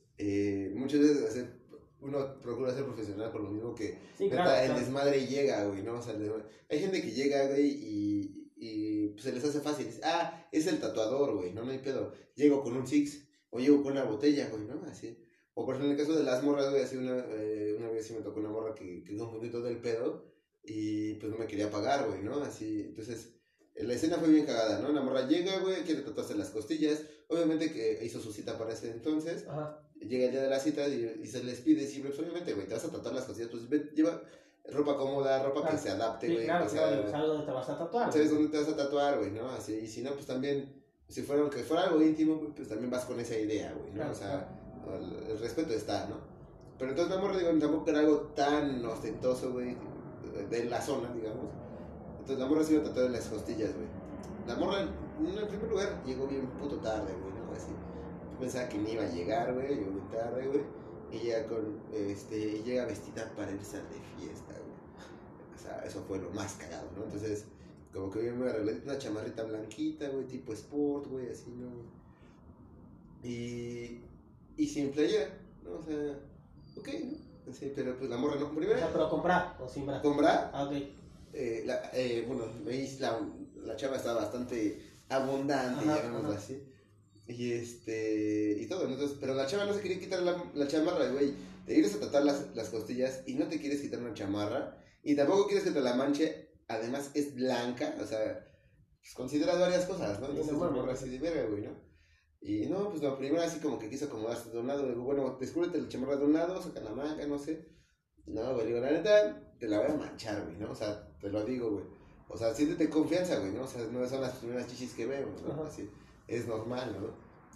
muchas veces uno procura ser profesional por lo mismo que sí, neta, claro. el desmadre llega, güey, ¿no? O sea, hay gente que llega, güey, y pues se les hace fácil. Dice, es el tatuador, güey, no hay pedo. Llego con un six, o llego con una botella, güey, ¿no? Así. O por ejemplo, en el caso de las morras, güey, así una vez sí me tocó una morra que confundió todo el pedo. Y pues no me quería pagar, güey, ¿no? Así, entonces, la escena fue bien cagada, ¿no? La morra llega, güey, quiere tatuarse las costillas. Obviamente que hizo su cita para ese entonces. Ajá. Llega el día de la cita y se les pide siempre, pues obviamente, güey, te vas a tatuar las costillas, pues lleva ropa cómoda, ropa que se adapte, güey. Sí, claro, que sabes dónde te vas a tatuar. Sabes dónde te vas a tatuar, güey, ¿no? Así, y si no, pues también, si fuera, aunque fuera algo íntimo, pues también vas con esa idea, güey, ¿no? Claro, o sea, el respeto está, ¿no? Pero entonces la morra, digo, tampoco era algo tan ostentoso, güey, de la zona, digamos. Entonces la morra se iba a tatuar en las costillas, güey. La morra, en primer lugar, llegó bien puto tarde, güey, ¿no? Así. Pensaba que ni iba a llegar, güey, llegó bien tarde, güey. Y llega vestida para irse de fiesta, güey. O sea, eso fue lo más cagado, ¿no? Entonces, como que yo me arreglé una chamarrita blanquita, güey, tipo sport, güey, así, ¿no? Y sin playera, ¿no? O sea, ok, ¿no? Sí, pero pues la morra no. Primero. O sea, pero comprar o sin bra. ¿Comprar? Ah, ok. Bueno, la chava estaba bastante abundante, llamémoslo así. Y todo, entonces, pero la chava no se quería quitar la chamarra, güey. Te quieres a tatuar las costillas y no te quieres quitar una chamarra. Y tampoco quieres que te la manche, además es blanca, o sea, pues consideras varias cosas, ¿no? Entonces, la morra así de verga, güey, ¿no? Y no, pues la primera así como que quiso acomodarse de un lado. Le digo, bueno, descúbrete la chamarra de un lado, saca la manga, no sé. No, güey, digo, la neta, te la voy a manchar, güey, ¿no? O sea, te lo digo, güey. O sea, siéntete confianza, güey, ¿no? O sea, no son las primeras chichis que vemos, ¿no? Así, es normal, ¿no?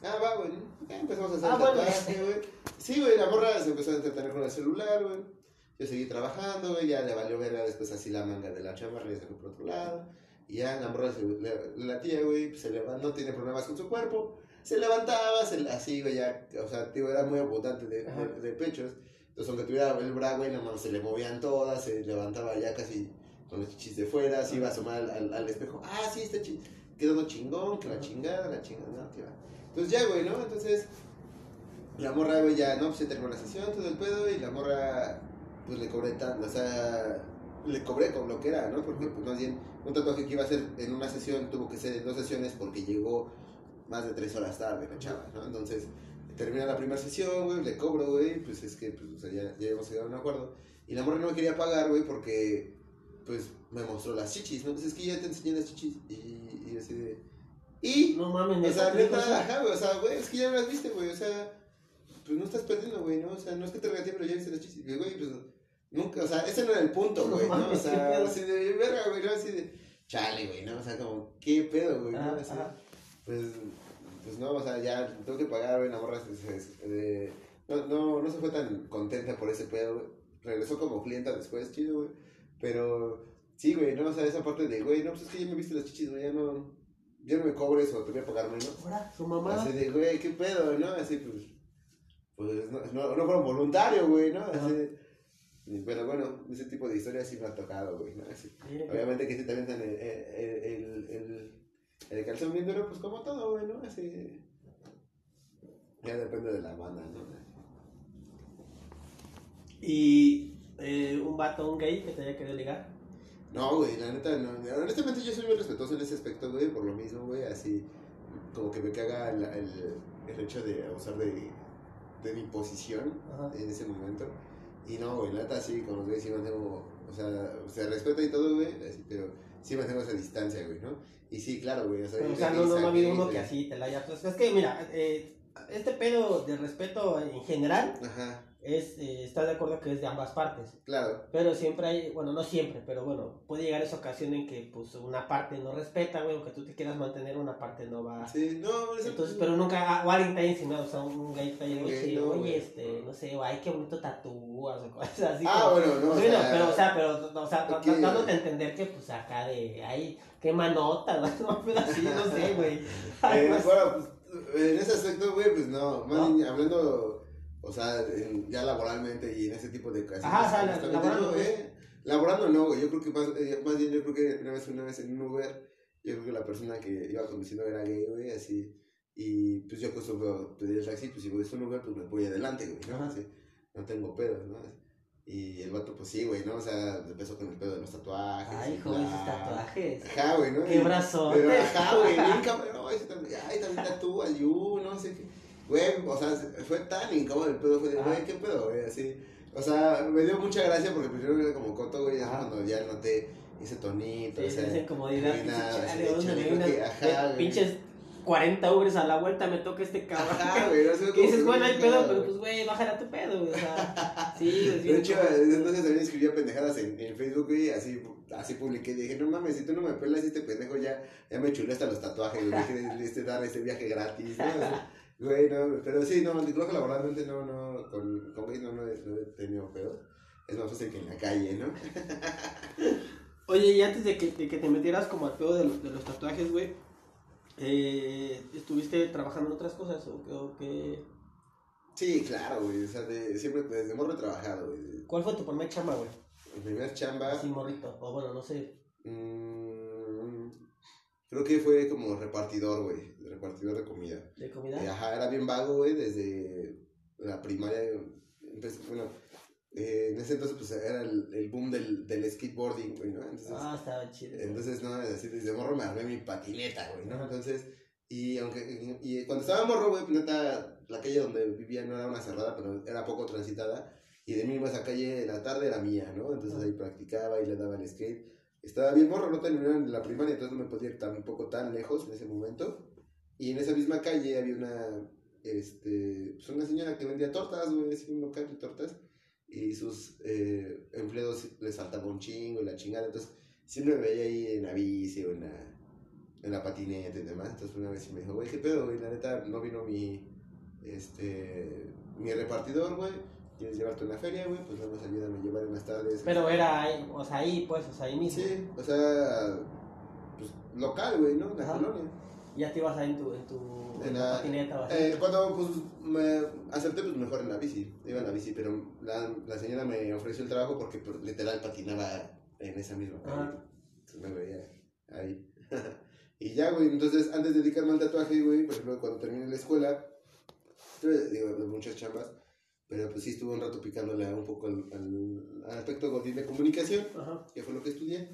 va, güey. Ya empezamos a hacer Ah, bueno. tatuaje, güey. Sí, güey, la morra se empezó a entretener con el celular, güey. Yo seguí trabajando, güey, ya le valió verga después así la manga de la chamarra y se fue por otro lado. Y ya la morra, la tía, güey, pues, se levantó, no tiene problemas con su cuerpo. Se levantaba, así, güey, ya, o sea, tío, era muy abundante de pechos. Entonces, aunque tuviera el bra, güey, nomás se le movían todas, se levantaba ya casi con los chichis de fuera, se iba a asomar al espejo. Ah, sí, está quedando chingón, que la chingada, no, tío. Entonces ya, güey, ¿no? Entonces, la morra, güey, ya, ¿no? Pues se terminó la sesión, todo el pedo, y la morra, pues le cobré o sea, le cobré con lo que era, ¿no? Porque, pues, más bien, un tatuaje que iba a hacer en una sesión tuvo que ser en 2 sesiones porque llegó más de 3 horas tarde la chava, ¿no? Entonces, termina la primera sesión, güey, le cobro, güey, pues es que, pues, o sea, ya hemos llegado a un acuerdo. Y la morra no me quería pagar, güey, porque, pues, me mostró las chichis, ¿no? Pues es que ya te enseñé las chichis, y así de... Y, no mames, o sea, neta, neta, ajá, güey, o sea, güey, es que ya me las viste, güey, o sea, pues no estás perdiendo, güey, ¿no? O sea, no es que te regateé, pero ya viste las chichis, y, güey, pues, nunca, o sea, ese no era el punto, güey, ¿no? O sea, así de, verga, güey, ¿no? Así de, chale, güey, ¿no? O sea, como, ¿qué pedo, güey, no? Así, pues no, o sea, ya tengo que pagar, güey, la morra no se fue tan contenta por ese pedo, güey. Regresó como clienta después, chido, güey. Pero sí, güey, no, o sea, esa parte de, güey, no, pues es que ya me viste las chichis, güey, ya no me cobres o te voy a pagar menos. Ahora, su mamá. Así de, güey, qué pedo, ¿no? Así, pues no fueron voluntarios, güey, ¿no? Así, pero bueno, ese tipo de historias sí me han tocado, güey, ¿no? Así, obviamente que sí también están el calzón bien duro, pues como todo, güey, ¿no? Así, ya depende de la banda, ¿no? Y un vato, un gay que te haya querido ligar. No, güey, la neta, no. Honestamente yo soy muy respetuoso en ese aspecto, güey, por lo mismo, güey, así, como que me caga el hecho de abusar de mi posición en ese momento. Y no, güey, la neta, sí, con los gays sí mantengo, o sea, se respeta y todo, güey, así, pero sí mantengo esa distancia, güey, ¿no? Y sí, claro, güey, o sea, no ha habido uno que así te la haya... Pues es que, mira, este pedo de respeto en general... Ajá. ¿Estás de acuerdo que es de ambas partes? Claro. Pero siempre hay, bueno, no siempre, pero bueno, puede llegar esa ocasión en que pues una parte no respeta, güey, aunque tú te quieras mantener, una parte no va. Sí, no, eso... Entonces, pero nunca, o alguien te haya insinuado, o sea, un gay te haya dicho, no, oye, no sé, ay, qué bonito tatúas o cosas así. Bueno, no, sí, pero dándote a entender que pues acá de, ay, qué manota, no, pero así, no sé, güey. Bueno, pues, en ese aspecto, güey, pues no, más bien, hablando... O sea, ya laboralmente y en ese tipo de casos. Ajá, o sea, laborando. Laborando no, güey. Yo creo que más bien, yo creo que una vez en un Uber, yo creo que la persona que iba conduciendo era gay, güey, así. Y pues yo acostumbro pedir el taxi, pues si voy a un Uber, pues me voy adelante, güey, ¿no? Así, no tengo pedos, ¿no? Y el vato, pues sí, güey, ¿no? O sea, empezó con el pedo de los tatuajes. Ay, joven, esos tatuajes. Ajá, güey, ¿no? Qué brazote. Pero ajá, güey, bien cabrón, ay, también tatúas, no sé qué. Güey, o sea, fue tan incómodo el pedo, fue de, güey, ¿qué pedo, güey? Así, o sea, me dio mucha gracia porque primero era como coto, güey, cuando ya noté ese tonito, sí, esa incomodidad, ajá, pinches 40 Ubers a la vuelta me toca este cabrón. Ajá, güey, no sé que dices, bueno, hay pedo, pero pues, güey, bájale a tu pedo, güey, o sea, sí, güey. De hecho, entonces también escribía pendejadas en Facebook, güey, así publiqué, y dije, no mames, si tú no me pelas este pendejo, ya me chulé hasta los tatuajes, güey, dije, dar ese viaje gratis, ¿no? Güey, no, pero sí, no, creo que laboralmente con gays no he tenido pedos. Es más fácil que en la calle, ¿no? Oye, y antes de que te metieras como al pedo de los tatuajes, güey, ¿estuviste trabajando en otras cosas o qué? Sí, claro, güey, o sea, siempre desde morro he trabajado, güey. ¿Cuál fue tu primer chamba, güey? Mi primer chamba... Sí, morrito, o bueno, no sé. Creo que fue como repartidor, güey, repartidor de comida. ¿De comida? Ajá, era bien vago, güey, desde la primaria, bueno, en ese entonces pues era el boom del skateboarding, güey, ¿no? Entonces, estaba chido. Entonces, no, así desde morro me armé mi patineta, güey, ¿no? Entonces, y cuando estaba morro, güey, neta, la calle donde vivía no era una cerrada, pero era poco transitada, y de mínimo esa calle en la tarde era mía, ¿no? Entonces ahí practicaba y le daba el skate. Estaba bien morro, no terminé en la primaria, entonces no me podía ir tampoco tan lejos en ese momento. Y en esa misma calle había pues una señora que vendía tortas, güey, así un local de tortas. Y sus empleados les faltaba un chingo y la chingada. Entonces siempre me veía ahí en la bici o en en la patineta y demás. Entonces una vez sí me dijo, güey, ¿qué pedo, güey? La neta no vino mi repartidor, güey. ¿Quieres llevarte una feria, güey? Pues nada más ayúdame a llevar unas tardes. Pero era ahí, o sea, ahí, pues, o sea, ahí mismo. Sí, o sea, pues local, güey, ¿no? La Ajá. colonia. Ya te ibas ahí en la patineta o así. Cuando pues me acepté, pues mejor en la bici. Iba en la bici, pero la señora me ofreció el trabajo porque pues, literal patinaba en esa misma calle. Entonces me veía ahí. Y ya, güey, entonces antes de dedicarme al tatuaje, güey, por ejemplo, cuando terminé la escuela, tuve, digo, muchas chambas, pero pues sí estuve un rato picándole un poco al aspecto godín de comunicación, Ajá. que fue lo que estudié.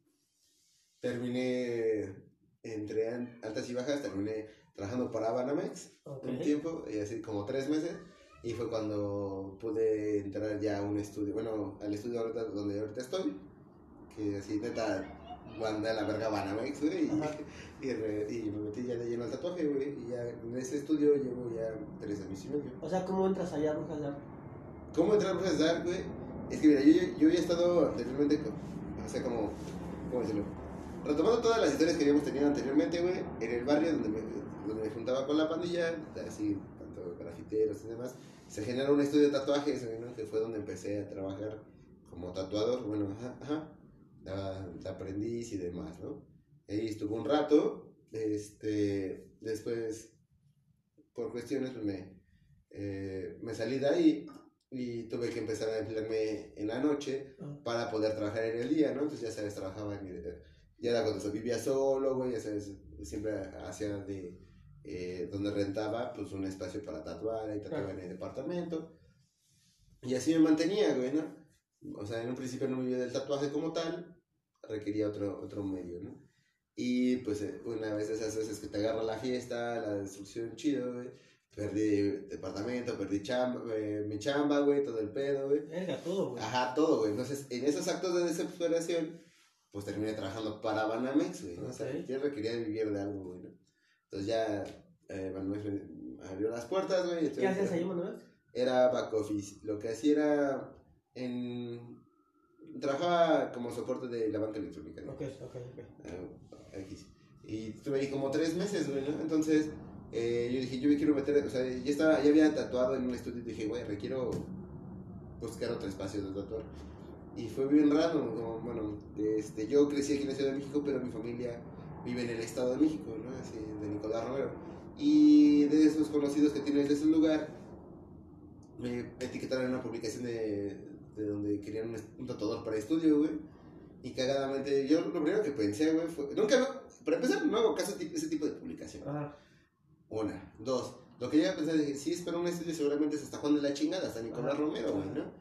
Terminé, entre altas y bajas, terminé trabajando para Banamex un tiempo, y así como 3 meses, y fue cuando pude entrar ya a un estudio, bueno, al estudio ahorita, donde ahorita estoy, que así neta mandé a la verga Banamex, güey, y me metí ya de lleno al tatuaje, güey, y ya en ese estudio llevo ya 3 años y medio. O sea, ¿cómo entras allá a Brujas de Arco? ¿Cómo entrar a Brujas de Arco, güey? Es que mira, yo había estado anteriormente, o sea, ¿cómo decirlo? Retomando todas las historias que habíamos tenido anteriormente, güey, en el barrio donde me juntaba con la pandilla, así, tanto grafiteros y demás, se generó un estudio de tatuajes, ¿no? Que fue donde empecé a trabajar como tatuador, bueno, de aprendiz y demás, ¿no? Ahí estuve un rato, después, por cuestiones, pues me salí de ahí y tuve que empezar a emplearme en la noche para poder trabajar en el día, ¿no? Entonces, ya sabes, trabajaba ya era cuando vivía solo, güey, ya sabes, siempre hacía donde rentaba, pues, un espacio para tatuar, y tatuaba en el departamento, y así me mantenía, güey, ¿no? O sea, en un principio no vivía del tatuaje como tal, requería otro medio, ¿no? Y, pues, una vez de esas veces que te agarra la fiesta, la destrucción chido, güey, perdí departamento, perdí mi chamba, güey, todo el pedo, güey. Todo, güey. Ajá, todo, güey. Entonces, en esos actos de desesperación, pues terminé trabajando para Banamex, güey, ¿no? O sea, yo requería vivir de algo, güey, ¿no? Entonces ya Banamex me abrió las puertas, güey. ¿Qué hacías ahí, Manuel? Era back office. Lo que hacía era trabajaba como soporte de la banca electrónica, ¿no? Ok. Y estuve ahí como 3 meses, güey, ¿no? Entonces, yo dije, yo me quiero meter, o sea, ya había tatuado en un estudio y dije, güey, requiero buscar otro espacio de tatuar. Y fue bien raro, como, bueno, yo crecí aquí en la Ciudad de México, pero mi familia vive en el Estado de México, ¿no? Así, de Nicolás Romero. Y de esos conocidos que tienes de ese lugar, me etiquetaron en una publicación de donde querían un tatuador para estudio, güey. Y cagadamente, yo lo primero que pensé, güey, fue... Para empezar, no hago caso de ese tipo de publicación. Ajá. 1, 2, lo que llegué a pensar, dije, si es para un estudio seguramente se está jugando de la chingada, hasta Nicolás Romero, güey, ¿no?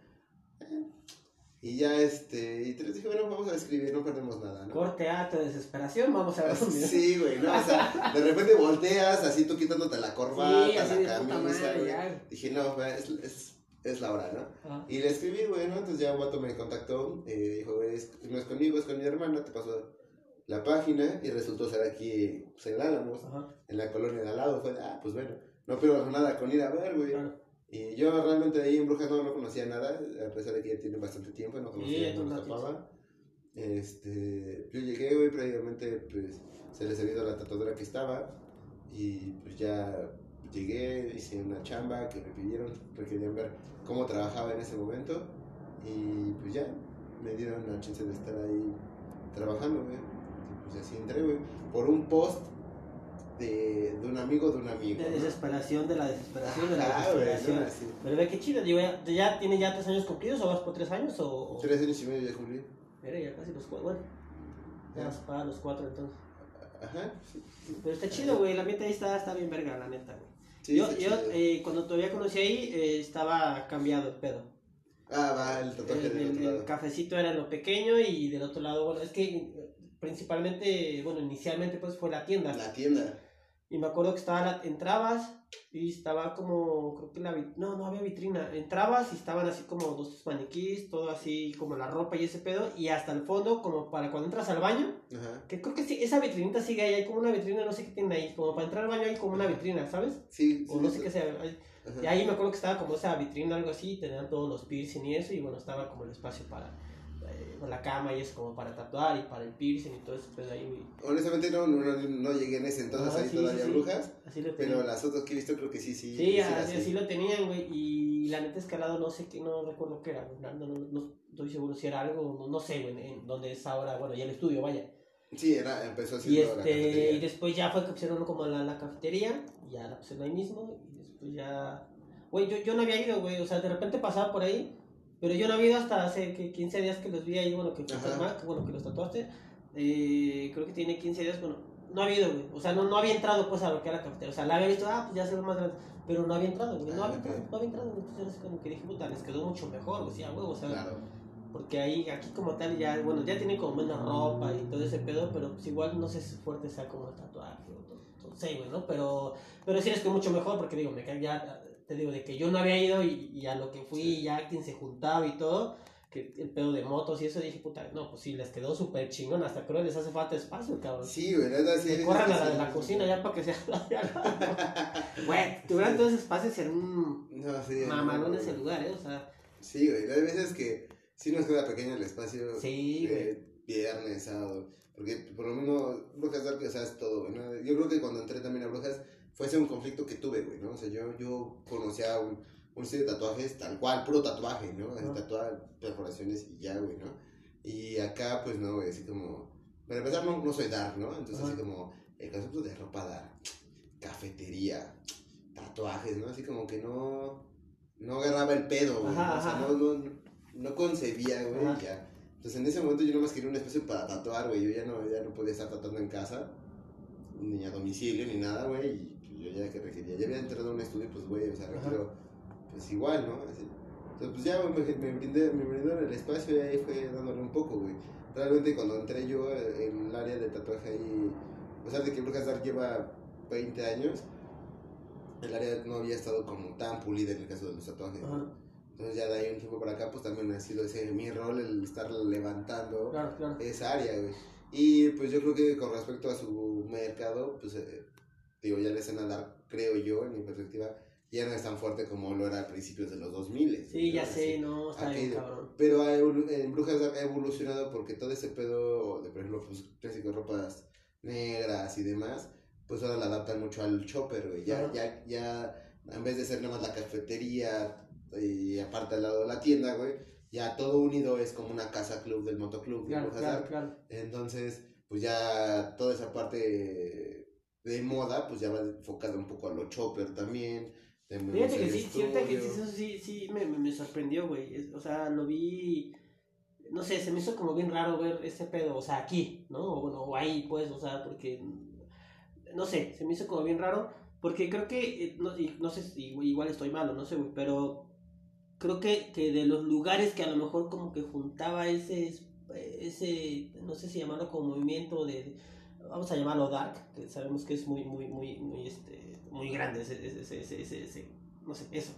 Y ya, y te les dije, bueno, vamos a escribir, no perdemos nada, ¿no? Corte A, tu desesperación, vamos a ver. Sí, güey, ¿no? O sea, de repente volteas, así tú quitándote la corbata, sí, así la camisa, güey. Dije, no, es la hora, ¿no? Ajá. Y le escribí, güey, ¿no? Entonces ya un vato me contactó, dijo, güey, no es conmigo, es con mi hermana, te paso la página, y resultó ser aquí, pues, en Álamos, en la colonia de al lado. Fue, pues bueno, no pierdo nada con ir a ver, güey. Claro. Y yo realmente ahí en Brujas no conocía nada, a pesar de que ya tiene bastante tiempo, no conocía, no los tapaba. Yo llegué, güey, prácticamente, pues, se les había ido la tatuadora que estaba, y pues ya llegué, hice una chamba que me pidieron, requerían ver cómo trabajaba en ese momento, y pues ya, me dieron la chance de estar ahí trabajando, güey. Y pues así entré, güey, por un post de un amigo de un amigo. De desesperación, de la desesperación. Güey, no, pero ve qué chido, digo, ¿ya tiene 3 años cumplidos o vas por 3 años? 3 años y medio ya cumplí. Mira, ya casi los 4, bueno, ya vas para los 4 entonces. Ajá, sí. Pero está chido, güey, la neta ahí está bien verga, la neta, güey. Sí, yo cuando todavía conocí ahí, estaba cambiado el pedo. El tatuaje del otro lado. El cafecito era lo pequeño y del otro lado, bueno, es que principalmente, bueno, inicialmente pues fue la tienda. La tienda. Y me acuerdo que entrabas y estaba como, creo que no había vitrina. Entrabas y estaban así como 2 maniquís, todo así como la ropa y ese pedo. Y hasta el fondo, como para cuando entras al baño, que creo que sí, esa vitrinita sigue ahí, hay como una vitrina, no sé qué tiene ahí. Como para entrar al baño hay como una vitrina, ¿sabes? Sí. O no sé qué sea. Y ahí me acuerdo que estaba como esa vitrina, algo así, tenían todos los piercing y eso. Y bueno, estaba como el espacio para la cama y es como para tatuar y para el piercing y todo ese pedo ahí, güey. Honestamente no llegué en ese entonces, ahí Sí, todavía sí, sí. brujas. Así lo Pero tenían. las fotos que he visto creo que sí. Sí, así lo tenían, güey. Y la neta es que al lado no sé qué, no recuerdo qué era, güey. No estoy seguro si era algo, no sé, güey, en donde es ahora, bueno, ya el estudio, vaya. Sí, empezó Y haciendo la cafetería. y después ya fue que pusieron como la cafetería, ya la pusieron ahí mismo, y después ya... Güey, yo no había ido, güey, o sea, de repente pasaba por ahí, pero yo no había ido hasta hace 15 días que los vi ahí, bueno, que los tatuaste, creo que tiene 15 días, bueno, no había ido, güey, o sea, no había entrado pues a lo que era la cafetería, o sea, la había visto, pues ya se ve más grande, pero no había entrado, güey, no había entrado, güey, entonces así como que dije, puta, les quedó mucho mejor, güey, sí, a huevo, o sea... Claro. Porque aquí como tal ya, bueno, ya tienen como menos ropa y todo ese pedo, pero pues igual no sé si fuerte sea como el tatuaje, no sé, güey, ¿no? Pero sí es que mucho mejor porque digo, ya te digo, de que yo no había ido y a lo que fui ya quien se juntaba y todo, que el pedo de motos y eso, dije, puta, no, pues sí, les quedó súper chingón, hasta creo que les hace falta espacio, cabrón. Sí, güey, nada, sí. Que corran a la de la cocina ya para que sea güey, tuvieran todos esos espacios en un mamalón ese lugar, o sea. Sí, güey, hay veces que sí nos queda pequeño el espacio. Sí, güey. Viernes, sábado. Porque por lo menos Brujas Dark, o sea, es todo, güey, ¿no? Yo creo que cuando entré también a Brujas fue ese un conflicto que tuve, güey, ¿no? O sea, yo conocía un serie de tatuajes tal cual, puro tatuaje, ¿no? Así, tatuar perforaciones y ya, güey, ¿no? Y acá, pues no, güey, así como... Para empezar, no soy dark, ¿no? Entonces, así como el concepto de ropa dark, cafetería, tatuajes, ¿no? Así como que no agarraba el pedo, güey. O sea, no concebía, güey, ya. Entonces, en ese momento yo nomás quería un espacio para tatuar, güey. Yo ya no podía estar tatuando en casa, ni a domicilio, ni nada, güey. Y pues, yo ya que requería. Ya había entrado a un estudio, pues, güey, o sea, requiero, pues, igual, ¿no? Así. Entonces, pues, ya, güey, me brindó el espacio y ahí fue dándole un poco, güey. Realmente, cuando entré yo en el área de tatuaje ahí, a pesar de que Brujas Dark lleva 20 años, el área no había estado como tan pulida en el caso de los tatuajes. Entonces ya de ahí un tiempo para acá pues también ha sido ese mi rol el estar levantando esa área, güey. Y pues yo creo que con respecto a su mercado, pues digo, ya la escena dark, creo yo, en mi perspectiva, ya no es tan fuerte como lo era a principios de los 2000. Sí, ya sé, no, está bien cabrón. Pero en Brujas Dark ha evolucionado porque todo ese pedo de, por ejemplo, pues clásicas ropas negras y demás, pues ahora la adaptan mucho al chopper, güey. Ya, en vez de ser nada más la cafetería y aparte al lado de la tienda, güey, ya todo unido es como una casa club del motoclub. Claro. Entonces, pues ya toda esa parte de moda, pues ya va enfocada un poco a lo chopper también. Fíjate que sí, ahorita que eso sí me sorprendió, güey. O sea, lo vi... No sé, se me hizo como bien raro ver ese pedo, o sea, aquí, ¿no? O bueno, o ahí, pues, o sea, porque... No sé, se me hizo como bien raro, porque creo que, no sé si igual estoy malo, no sé, güey, pero creo que de los lugares que a lo mejor como que juntaba ese no sé si llamarlo como movimiento vamos a llamarlo dark, que sabemos que es muy grande ese no sé, eso.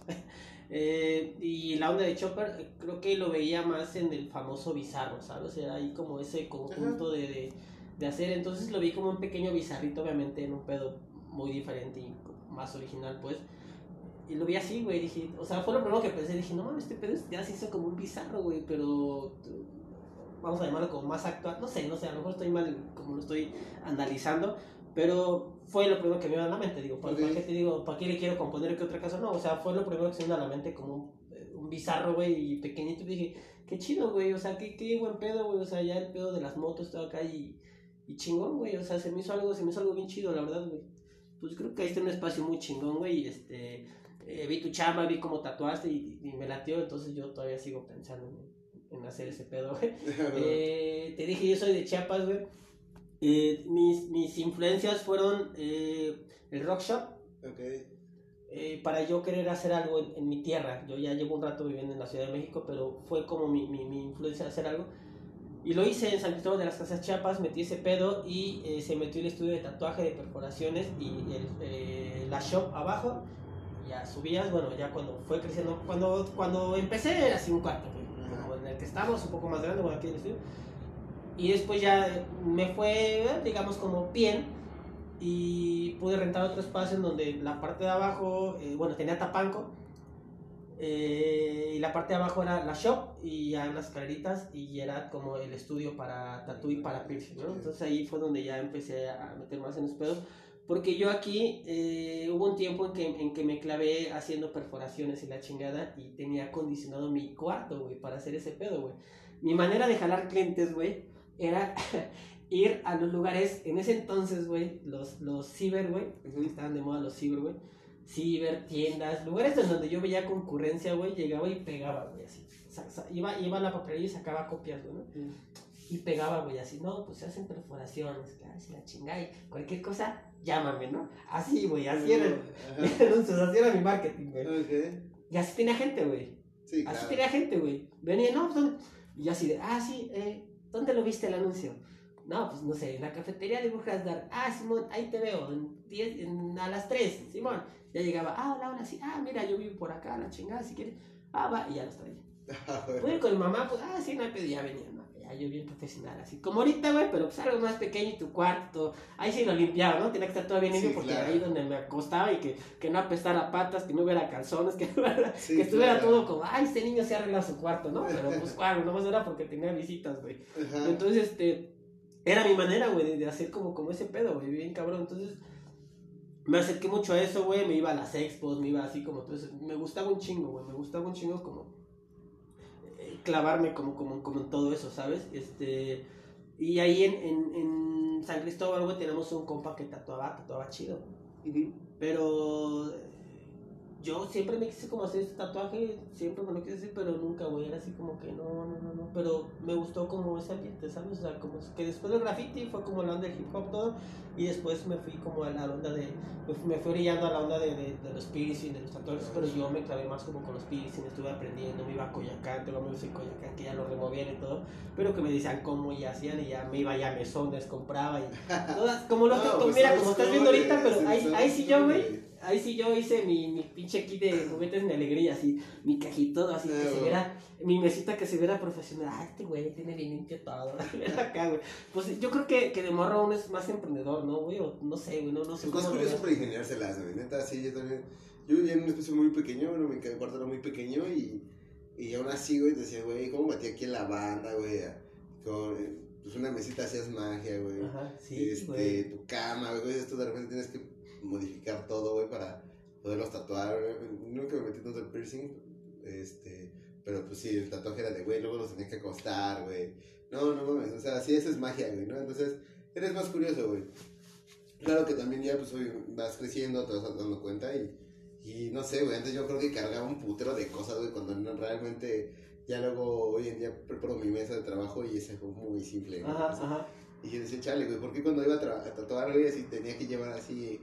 Y la onda de Chopper, creo que lo veía más en el famoso bizarro, ¿sabes? Era ahí como ese conjunto de hacer, entonces lo vi como un pequeño bizarrito, obviamente en un pedo muy diferente y más original, pues. Y lo vi así, güey, dije, o sea, fue lo primero que pensé, dije, no mames, este pedo ya se hizo como un bizarro, güey, pero vamos a llamarlo como más actual, no sé, a lo mejor estoy mal como lo estoy analizando, pero fue lo primero que me vino a la mente, digo, ¿para qué te digo, para qué le quiero componer que otra cosa? No, o sea, fue lo primero que se me vino a la mente como un bizarro, güey, y pequeñito, dije, qué chido, güey, o sea, qué buen pedo, güey, o sea, ya el pedo de las motos estaba acá y chingón, güey, o sea, se me hizo algo bien chido, la verdad, güey. Pues creo que ahí está un espacio muy chingón, güey, y vi tu chamba, vi cómo tatuaste y me latió, entonces yo todavía sigo pensando en hacer ese pedo, güey. Te dije, yo soy de Chiapas, güey. Mis influencias fueron el rock shop. Para yo querer hacer algo en mi tierra. Yo ya llevo un rato viviendo en la Ciudad de México, pero fue como mi influencia de hacer algo. Y lo hice en San Cristóbal de las Casas Chiapas, metí ese pedo y se metió el estudio de tatuaje, de perforaciones y la shop abajo. Ya subías, bueno, ya cuando fue creciendo, cuando empecé era así un cuarto, como en el que estamos, un poco más grande, bueno, aquí en el estudio. Y después ya me fue, digamos, como bien y pude rentar otro espacio en donde la parte de abajo, bueno, tenía tapanco. Y la parte de abajo era la shop y ya unas escaleritas y era como el estudio para tattoo y para piercing, ¿no? Entonces ahí fue donde ya empecé a meter más en los pedos. Porque yo aquí hubo un tiempo en que me clavé haciendo perforaciones y la chingada y tenía acondicionado mi cuarto, güey, para hacer ese pedo, güey. Mi manera de jalar clientes, güey, era ir a los lugares, en ese entonces, güey, los ciber, güey, que estaban de moda los ciber, güey. Ciber, tiendas, lugares en donde yo veía concurrencia, güey, llegaba y pegaba, güey, así. Iba a la papelería y sacaba copias, güey, ¿no? Y pegaba, güey, así, no, pues se hacen perforaciones, claro, si la chingada, y cualquier cosa, llámame, ¿no? Así, güey, así era, entonces, así era mi marketing, güey. Okay. Y así tenía gente, güey. Sí, Así claro. tenía gente, güey. Venía, no, pues, y yo así de, sí, ¿dónde lo viste el anuncio? No, pues no sé, en la cafetería de Brujas Dar. Simón, ahí te veo, a las 3, Simón. Ya llegaba, hola, sí, mira, yo vivo por acá, la chingada, si quieres. Va, y ya los traía. Fui con mi mamá, pues, sí, no hay pedo, ya venía, ¿no? Ya yo bien profesional, así como ahorita, güey, pero pues algo más pequeño y tu cuarto. Ahí sí lo limpiaba, ¿no? Tenía que estar todo bien limpio, porque claro, ahí donde me acostaba y que no apestara patas, que no hubiera calzones, que estuviera todo como, este niño se arregla su cuarto, ¿no? Pero pues, claro, nomás era porque tenía visitas, güey. Entonces, era mi manera, güey, de hacer como ese pedo, güey, bien cabrón. Entonces, me acerqué mucho a eso, güey, me iba a las expos, me iba así como, entonces, me gustaba un chingo, güey, como clavarme como en todo eso, ¿sabes? Y ahí en San Cristóbal, güey, tenemos un compa que tatuaba chido. Pero yo siempre me quise como hacer este tatuaje, siempre me lo quise hacer, pero nunca, güey, era así como que no, pero me gustó como ese ambiente, ¿sabes? O sea, como que después del graffiti fue como la onda del hip hop todo, y después me fui como a la onda me fui orillando a la onda de los piercing, de los tatuajes, pero yo me clavé más como con los piercing, estuve aprendiendo, me iba a Coyacán, luego me fui a Coyacán, que ya lo removían y todo, pero que me decían cómo y hacían, y ya me iba ya a mesones, compraba, y todas, como mira, como estás viendo ahorita, pero ahí sí yo, güey. Ahí sí yo hice mi pinche kit de juguetes de alegría, así, mi cajito, así, que se viera, mi mesita que se viera profesional. Este güey tiene bien limpio todo, acá, güey. Pues yo creo que de morro uno es más emprendedor, ¿no, güey? O no sé, güey, no sé. Pues es curioso por ingeniárselas, güey, neta, sí, yo también. Yo vivía en un espacio muy pequeño, bueno, mi cuarto era muy pequeño y aún así, güey, decía, güey, ¿cómo batí aquí en la banda, güey? Con pues una mesita hacías magia, güey. Ajá, sí, güey. Tu cama, güey, esto de repente tienes que modificar todo, güey, para poderlos tatuar, güey. Nunca me metí tanto el piercing, pero pues sí, el tatuaje era de, güey, luego los tenía que acostar, güey. No mames, o sea, sí, eso es magia, güey, ¿no? Entonces, eres más curioso, güey. Claro que también ya, pues, hoy vas creciendo, te vas dando cuenta y no sé, güey, antes yo creo que cargaba un putero de cosas, güey, cuando no, realmente, ya luego, hoy en día preparo mi mesa de trabajo y es algo muy simple, ¿no? Ajá. Y yo decía, chale, güey, ¿por qué cuando iba a tatuar, güey, así tenía que llevar así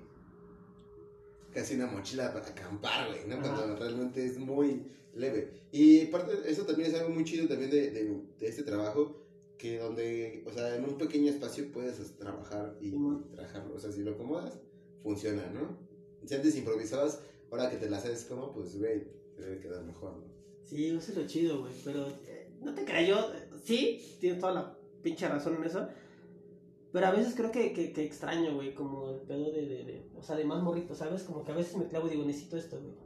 casi una mochila para acampar, güey, ¿no? Cuando realmente es muy leve. Y aparte, eso también es algo muy chido también de este trabajo, que donde, o sea, en un pequeño espacio puedes trabajar y trabajarlo, o sea, si lo acomodas, funciona, ¿no? Si antes improvisabas, ahora que te la sabes como, pues, güey, te debe quedar mejor, ¿no? Sí, eso es lo chido, güey, pero no te creas, yo, sí, tienes toda la pinche razón en eso. Pero a veces creo que extraño, güey, como el pedo o sea, de más morrito, ¿sabes? Como que a veces me clavo y digo, necesito esto, güey.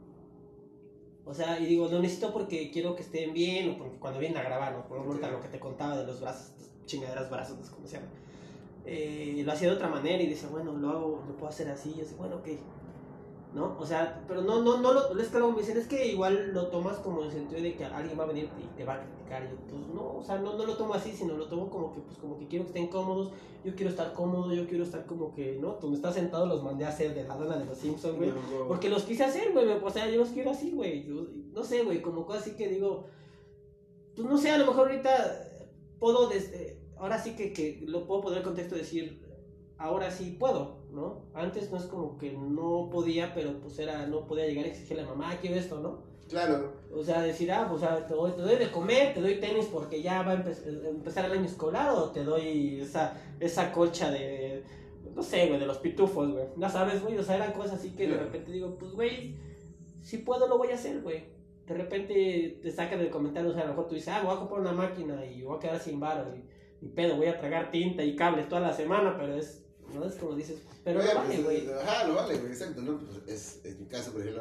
O sea, y digo, lo necesito porque quiero que estén bien, o porque cuando vienen a grabar, ¿no? Por ejemplo, lo que te contaba de los brazos, chingaderas brazos, no sé cómo se llama. Lo hacía de otra manera y decía, bueno, lo puedo hacer así, y yo decía, bueno, ok. ¿No? O sea, pero no es que luego me dicen, es que igual lo tomas como en el sentido de que alguien va a venir y te va a criticar. Y yo, pues no, o sea, no lo tomo así, sino lo tomo como que quiero que estén cómodos, yo quiero estar cómodo, yo quiero estar como que, ¿no? Donde está sentado los mandé a hacer de la dona de los Simpsons, güey. Porque los quise hacer, güey, o sea, yo los quiero así, güey. No sé, güey, como cosas así que digo, pues no sé, a lo mejor ahorita puedo, ahora sí que lo puedo poner en contexto de decir, ahora sí puedo, ¿no? Antes no es como que no podía, pero pues no podía llegar a exigirle a mamá, quiero esto, ¿no? Claro. O sea, decir, pues te doy de comer, te doy tenis porque ya va a empezar el año escolar, o te doy esa colcha de, no sé, güey, de los pitufos, güey. Ya sabes, güey, o sea, eran cosas así que de repente digo, pues, güey, si puedo lo voy a hacer, güey. De repente te sacan del comentario, o sea, a lo mejor tú dices, voy a comprar una máquina y voy a quedar sin varo, y pedo, voy a tragar tinta y cables toda la semana, pero no es como dices, pero lo vale, güey. Ajá, lo vale, güey, exacto, ¿no? Pues es mi caso, por ejemplo,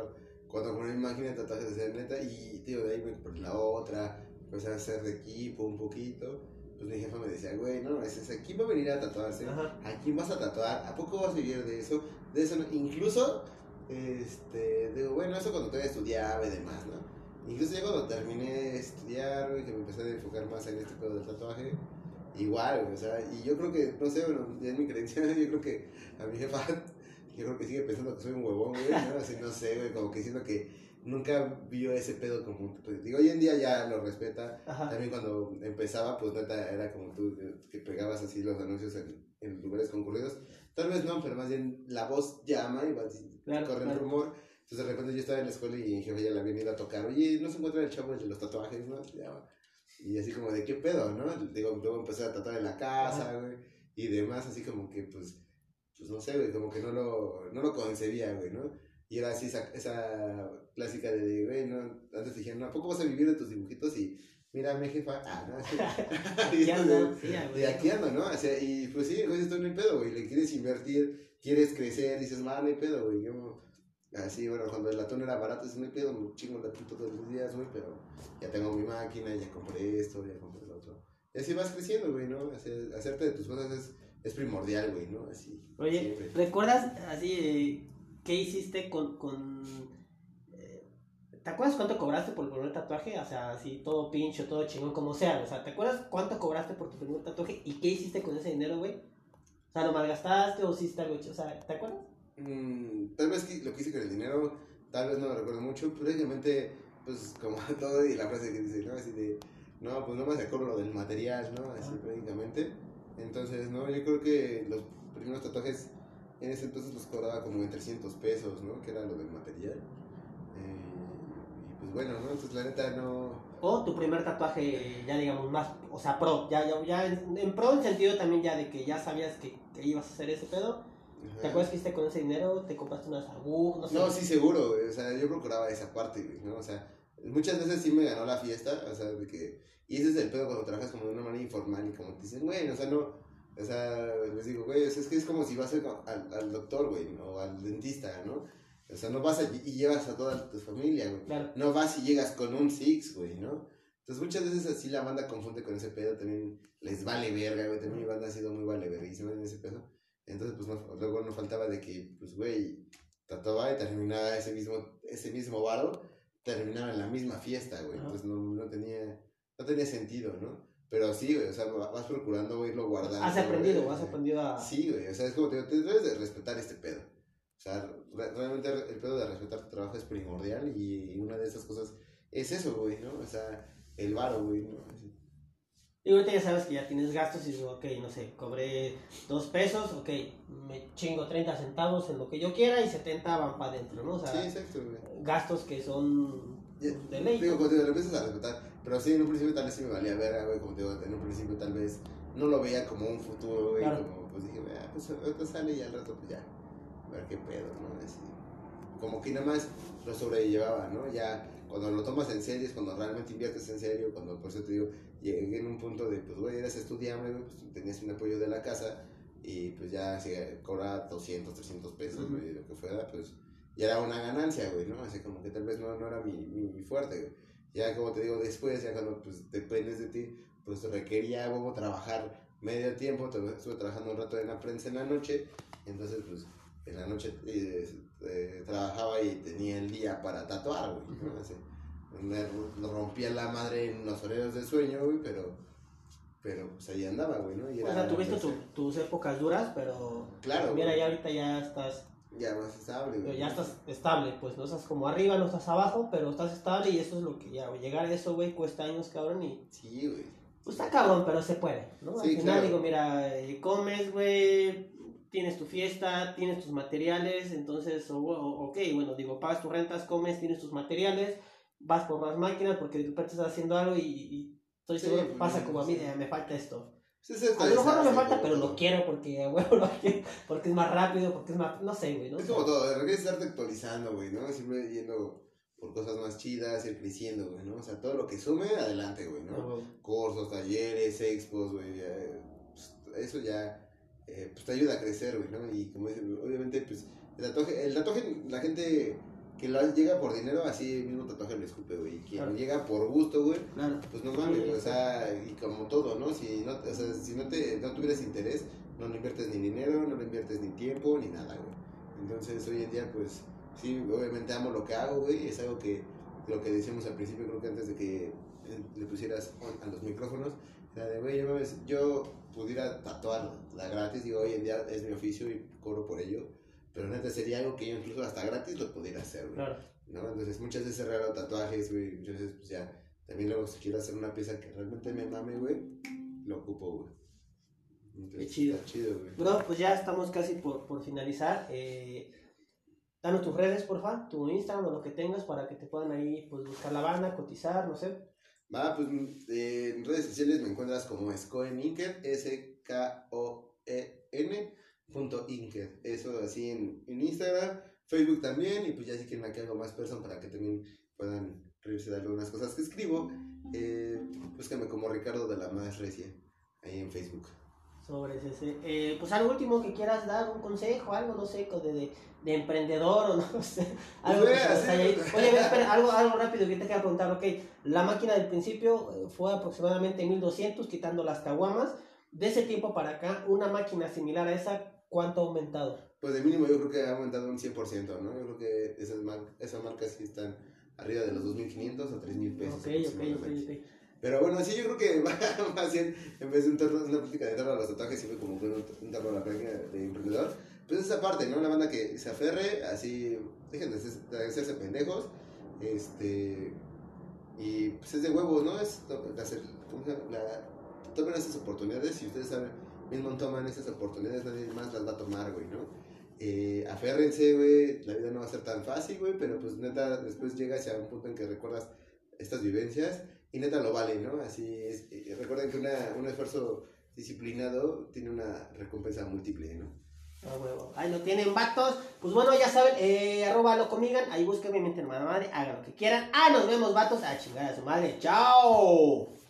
cuando con mi máquina de tatuajes de neta, y tío, de ahí me compré la otra, empecé a hacer de equipo un poquito. Pues mi jefa me decía, güey, no, ¿quién va a venir a tatuarse? Ajá. ¿A quién vas a tatuar? ¿A poco vas a vivir de eso? De eso no. Incluso, digo, bueno, eso cuando todavía estudiaba y demás, ¿no? Incluso ya cuando terminé de estudiar, güey, que me empecé a enfocar más en este pedo del tatuaje, igual, güey, o sea, y yo creo que, no sé, bueno, ya es mi creencia, yo creo que a mi jefa, yo creo que sigue pensando que soy un huevón, güey, ¿no? Así, no sé, güey, como que siento que nunca vio ese pedo como, pues, digo, hoy en día ya lo respeta. Ajá. También cuando empezaba, pues neta, era como tú, que pegabas así los anuncios en lugares concurridos. Tal vez no, pero más bien la voz llama y corre el rumor. Entonces de repente yo estaba en la escuela y mi jefe ya la había ido a tocar. Oye, ¿no se encuentra el chavo de los tatuajes, no? Y así como, ¿de qué pedo, no? Digo, luego empecé a tatuar en la casa, güey, y demás, así como que, pues no sé, güey, como que no lo concebía, güey, ¿no? Y era así esa clásica de, güey, ¿no? Antes te dijeron, ¿no? ¿A poco vas a vivir de tus dibujitos? Y mira, mi jefa, no, aquí ando, y aquí ando, ¿no? O sea, y pues sí, güey, esto no hay pedo, güey, le quieres invertir, quieres crecer, dices, no hay pedo, güey, yo, así, bueno, cuando el latón era barato, no hay pedo, me chingo el latón todos los días, güey, pero ya tengo mi máquina, ya compré esto, ya compré lo otro. Y así vas creciendo, güey, ¿no? Hacerte de tus cosas es primordial, güey, ¿no? Así. Oye, siempre. ¿recuerdas así qué hiciste ¿te acuerdas cuánto cobraste por el primer tatuaje? O sea, así todo pincho, todo chingón, como sea. O sea, ¿te acuerdas cuánto cobraste por tu primer tatuaje y qué hiciste con ese dinero, güey? O sea, ¿lo malgastaste o hiciste algo hecho? O sea, ¿te acuerdas? Tal vez lo que hice con el dinero, tal vez no lo recuerdo mucho, pero prácticamente, pues como todo y la frase que dice, ¿no? Así de, no, pues no me sacó lo del material, ¿no? Así prácticamente. Entonces, no, yo creo que los primeros tatuajes en ese entonces los cobraba como en 300 pesos, ¿no? Que era lo del material. Y pues bueno, ¿no? Entonces la neta no... O tu primer tatuaje, ya digamos, más, o sea, pro, ya en pro en sentido también ya de que ya sabías que ibas a hacer ese pedo. Ajá. ¿Te acuerdas que hiciste con ese dinero? ¿Te compraste unas agujas? No sé. No, sí, seguro, güey. O sea, yo procuraba esa parte, güey, ¿no? O sea, muchas veces sí me ganó la fiesta, o sea, de que... Y ese es el pedo cuando trabajas como de una manera informal y como te dicen, güey, o sea, no... O sea, les digo, güey, es que es como si vas al doctor, güey, ¿no? O al dentista, ¿no? O sea, no vas y llevas a toda tu familia, güey. Claro. No vas y llegas con un six, güey, ¿no? Entonces muchas veces así la banda confunde con ese pedo, también les vale verga, güey. También mi banda ha sido muy vale verguísima en ese pedo. Entonces, pues luego no faltaba de que, pues, güey, tatuaba y terminaba ese mismo varo, terminaba en la misma fiesta, güey. Entonces no tenía sentido, ¿no? Pero sí, güey, o sea, vas procurando, güey, irlo guardando. Has aprendido a... Sí, güey, o sea, es como te debes de respetar este pedo. O sea, realmente el pedo de respetar tu trabajo es primordial y una de esas cosas es eso, güey, ¿no? O sea, el varo, güey, ¿no? Así. Y ahorita ya sabes que ya tienes gastos y digo, ok, no sé, cobré 2 pesos, ok, me chingo 30 centavos en lo que yo quiera y 70 van para adentro, ¿no? O sea, sí, exacto, güey. Gastos que son de ley. Digo, como te digo, lo empiezas a respetar, pero sí, en un principio tal vez sí me valía verga, güey, como te digo, en un principio tal vez no lo veía como un futuro, güey, Claro. como, pues dije, pues ahorita sale y al rato, pues ya, a ver qué pedo, ¿no? Así, como que nada más lo sobrellevaba, ¿no? Ya cuando lo tomas en serio es cuando realmente inviertes en serio, cuando, por eso te digo, llegué en un punto de, pues, güey, eres estudiante, güey, pues tenías un apoyo de la casa y pues ya se cobra 200, 300 pesos, güey, lo que fuera, pues ya era una ganancia, güey, ¿no? Así como que tal vez no era mi fuerte, güey. Ya como te digo, después, ya cuando pues dependes de ti, pues requería luego trabajar medio tiempo, estuve trabajando un rato en la prensa en la noche, entonces pues en la noche trabajaba y tenía el día para tatuar, güey, ¿no? Así, me rompía la madre en los horarios de sueño, güey, pero pues ahí andaba, güey, ¿no? Y o sea, tuviste tus épocas duras, pero claro, mira, güey. ya ahorita ya estás... Ya más estable, güey. Ya estás estable, pues no estás como arriba, no estás abajo, pero estás estable y eso es lo que ya, güey. Llegar a eso, güey, cuesta años, cabrón, y... Sí, güey. Pues está cabrón, pero se puede, ¿no? Sí, Al final claro. digo, mira, comes, güey, tienes tu fiesta, tienes tus materiales, entonces, ok, bueno, digo, pagas tus rentas, comes, tienes tus materiales, vas por las máquinas porque de repente estás haciendo algo y estoy Sí, seguro que pasa pues, como a mí, sí. me falta esto. Sí, sí, A lo mejor no me sí, falta, como pero todo. lo quiero porque, güey, lo quiero, porque es más rápido, porque es más, no sé, güey, ¿no? Es como todo, de repente estarte actualizando, güey, ¿no? Siempre yendo por cosas más chidas, ir creciendo, güey, ¿no? O sea, todo lo que sume, adelante, güey, ¿no? No, Cursos, talleres, expos, güey, pues, eso ya, pues te ayuda a crecer, güey, ¿no? Y como dicen, obviamente, pues, el tatuaje, la gente que lo llega por dinero, así el mismo tatuaje lo escupe, güey. Y quien Claro. llega por gusto, güey, Claro. pues no mames, Sí, o sea, y como todo, ¿no? Si no, o sea, si no tuvieras interés, no le inviertes ni dinero, no le inviertes ni tiempo, ni nada, güey. Entonces, hoy en día, pues, sí, obviamente amo lo que hago, güey. Es algo que, lo que decíamos al principio, creo que antes de que le pusieras a los micrófonos, era de, güey, yo pudiera tatuar la gratis, digo, hoy en día es mi oficio y cobro por ello, pero neta sería algo que yo incluso hasta gratis lo pudiera hacer, güey. Claro. ¿No? Entonces muchas veces regalo tatuajes, güey, muchas veces pues ya, también luego si quiero hacer una pieza que realmente me mame, güey, lo ocupo, güey. Entonces, Qué chido. Está chido, güey. Bro, pues ya estamos casi por finalizar. Danos tus redes, porfa, tu Instagram o lo que tengas para que te puedan ahí pues buscar la banda, cotizar, no sé. Va, pues en redes sociales me encuentras como Skoen.Inked, SKOEN.Inked. Eso así en Instagram, Facebook también, y pues ya si quieren aquí algo más personal para que también puedan reírse de algunas cosas que escribo, búscame como Ricardo de la Más Recia, ahí en Facebook. Sobre ese. Pues algo último que quieras dar, un consejo, algo, no sé, de emprendedor o no sé. Algo que Pues, se haya ahí. Oye, espera, algo rápido que te quiero preguntar, ok. La máquina del principio fue aproximadamente 1200, quitando las caguamas. De ese tiempo para acá, una máquina similar a esa, ¿cuánto ha aumentado? Pues de mínimo yo creo que ha aumentado un 100%, ¿no? Yo creo que esas marcas sí están arriba de los 2.500 a 3.000 pesos. Ok. Pero bueno, sí, yo creo que más bien, en vez de una plática de terror a los tatuajes, sí fue como un terror a la práctica de emprendedor. Pues esa parte, ¿no? Una banda que se aferre, así, dejen de hacerse pendejos, y pues es de huevos, ¿no? Es tomen esas oportunidades, si ustedes saben, mismo toman esas oportunidades, nadie más las va a tomar, güey, ¿no? Aférrense, güey, la vida no va a ser tan fácil, güey, pero pues neta, después llegas a un punto en que recuerdas estas vivencias y neta lo vale, ¿no? Así es. Recuerden que un esfuerzo disciplinado tiene una recompensa múltiple, ¿no? Ah, huevo. Ahí lo tienen, vatos. Pues bueno, ya saben, arroba locomigan. Ahí búsquenme, mienten madre, hagan lo que quieran. Ah, nos vemos, vatos. A chingar a su madre. ¡Chao!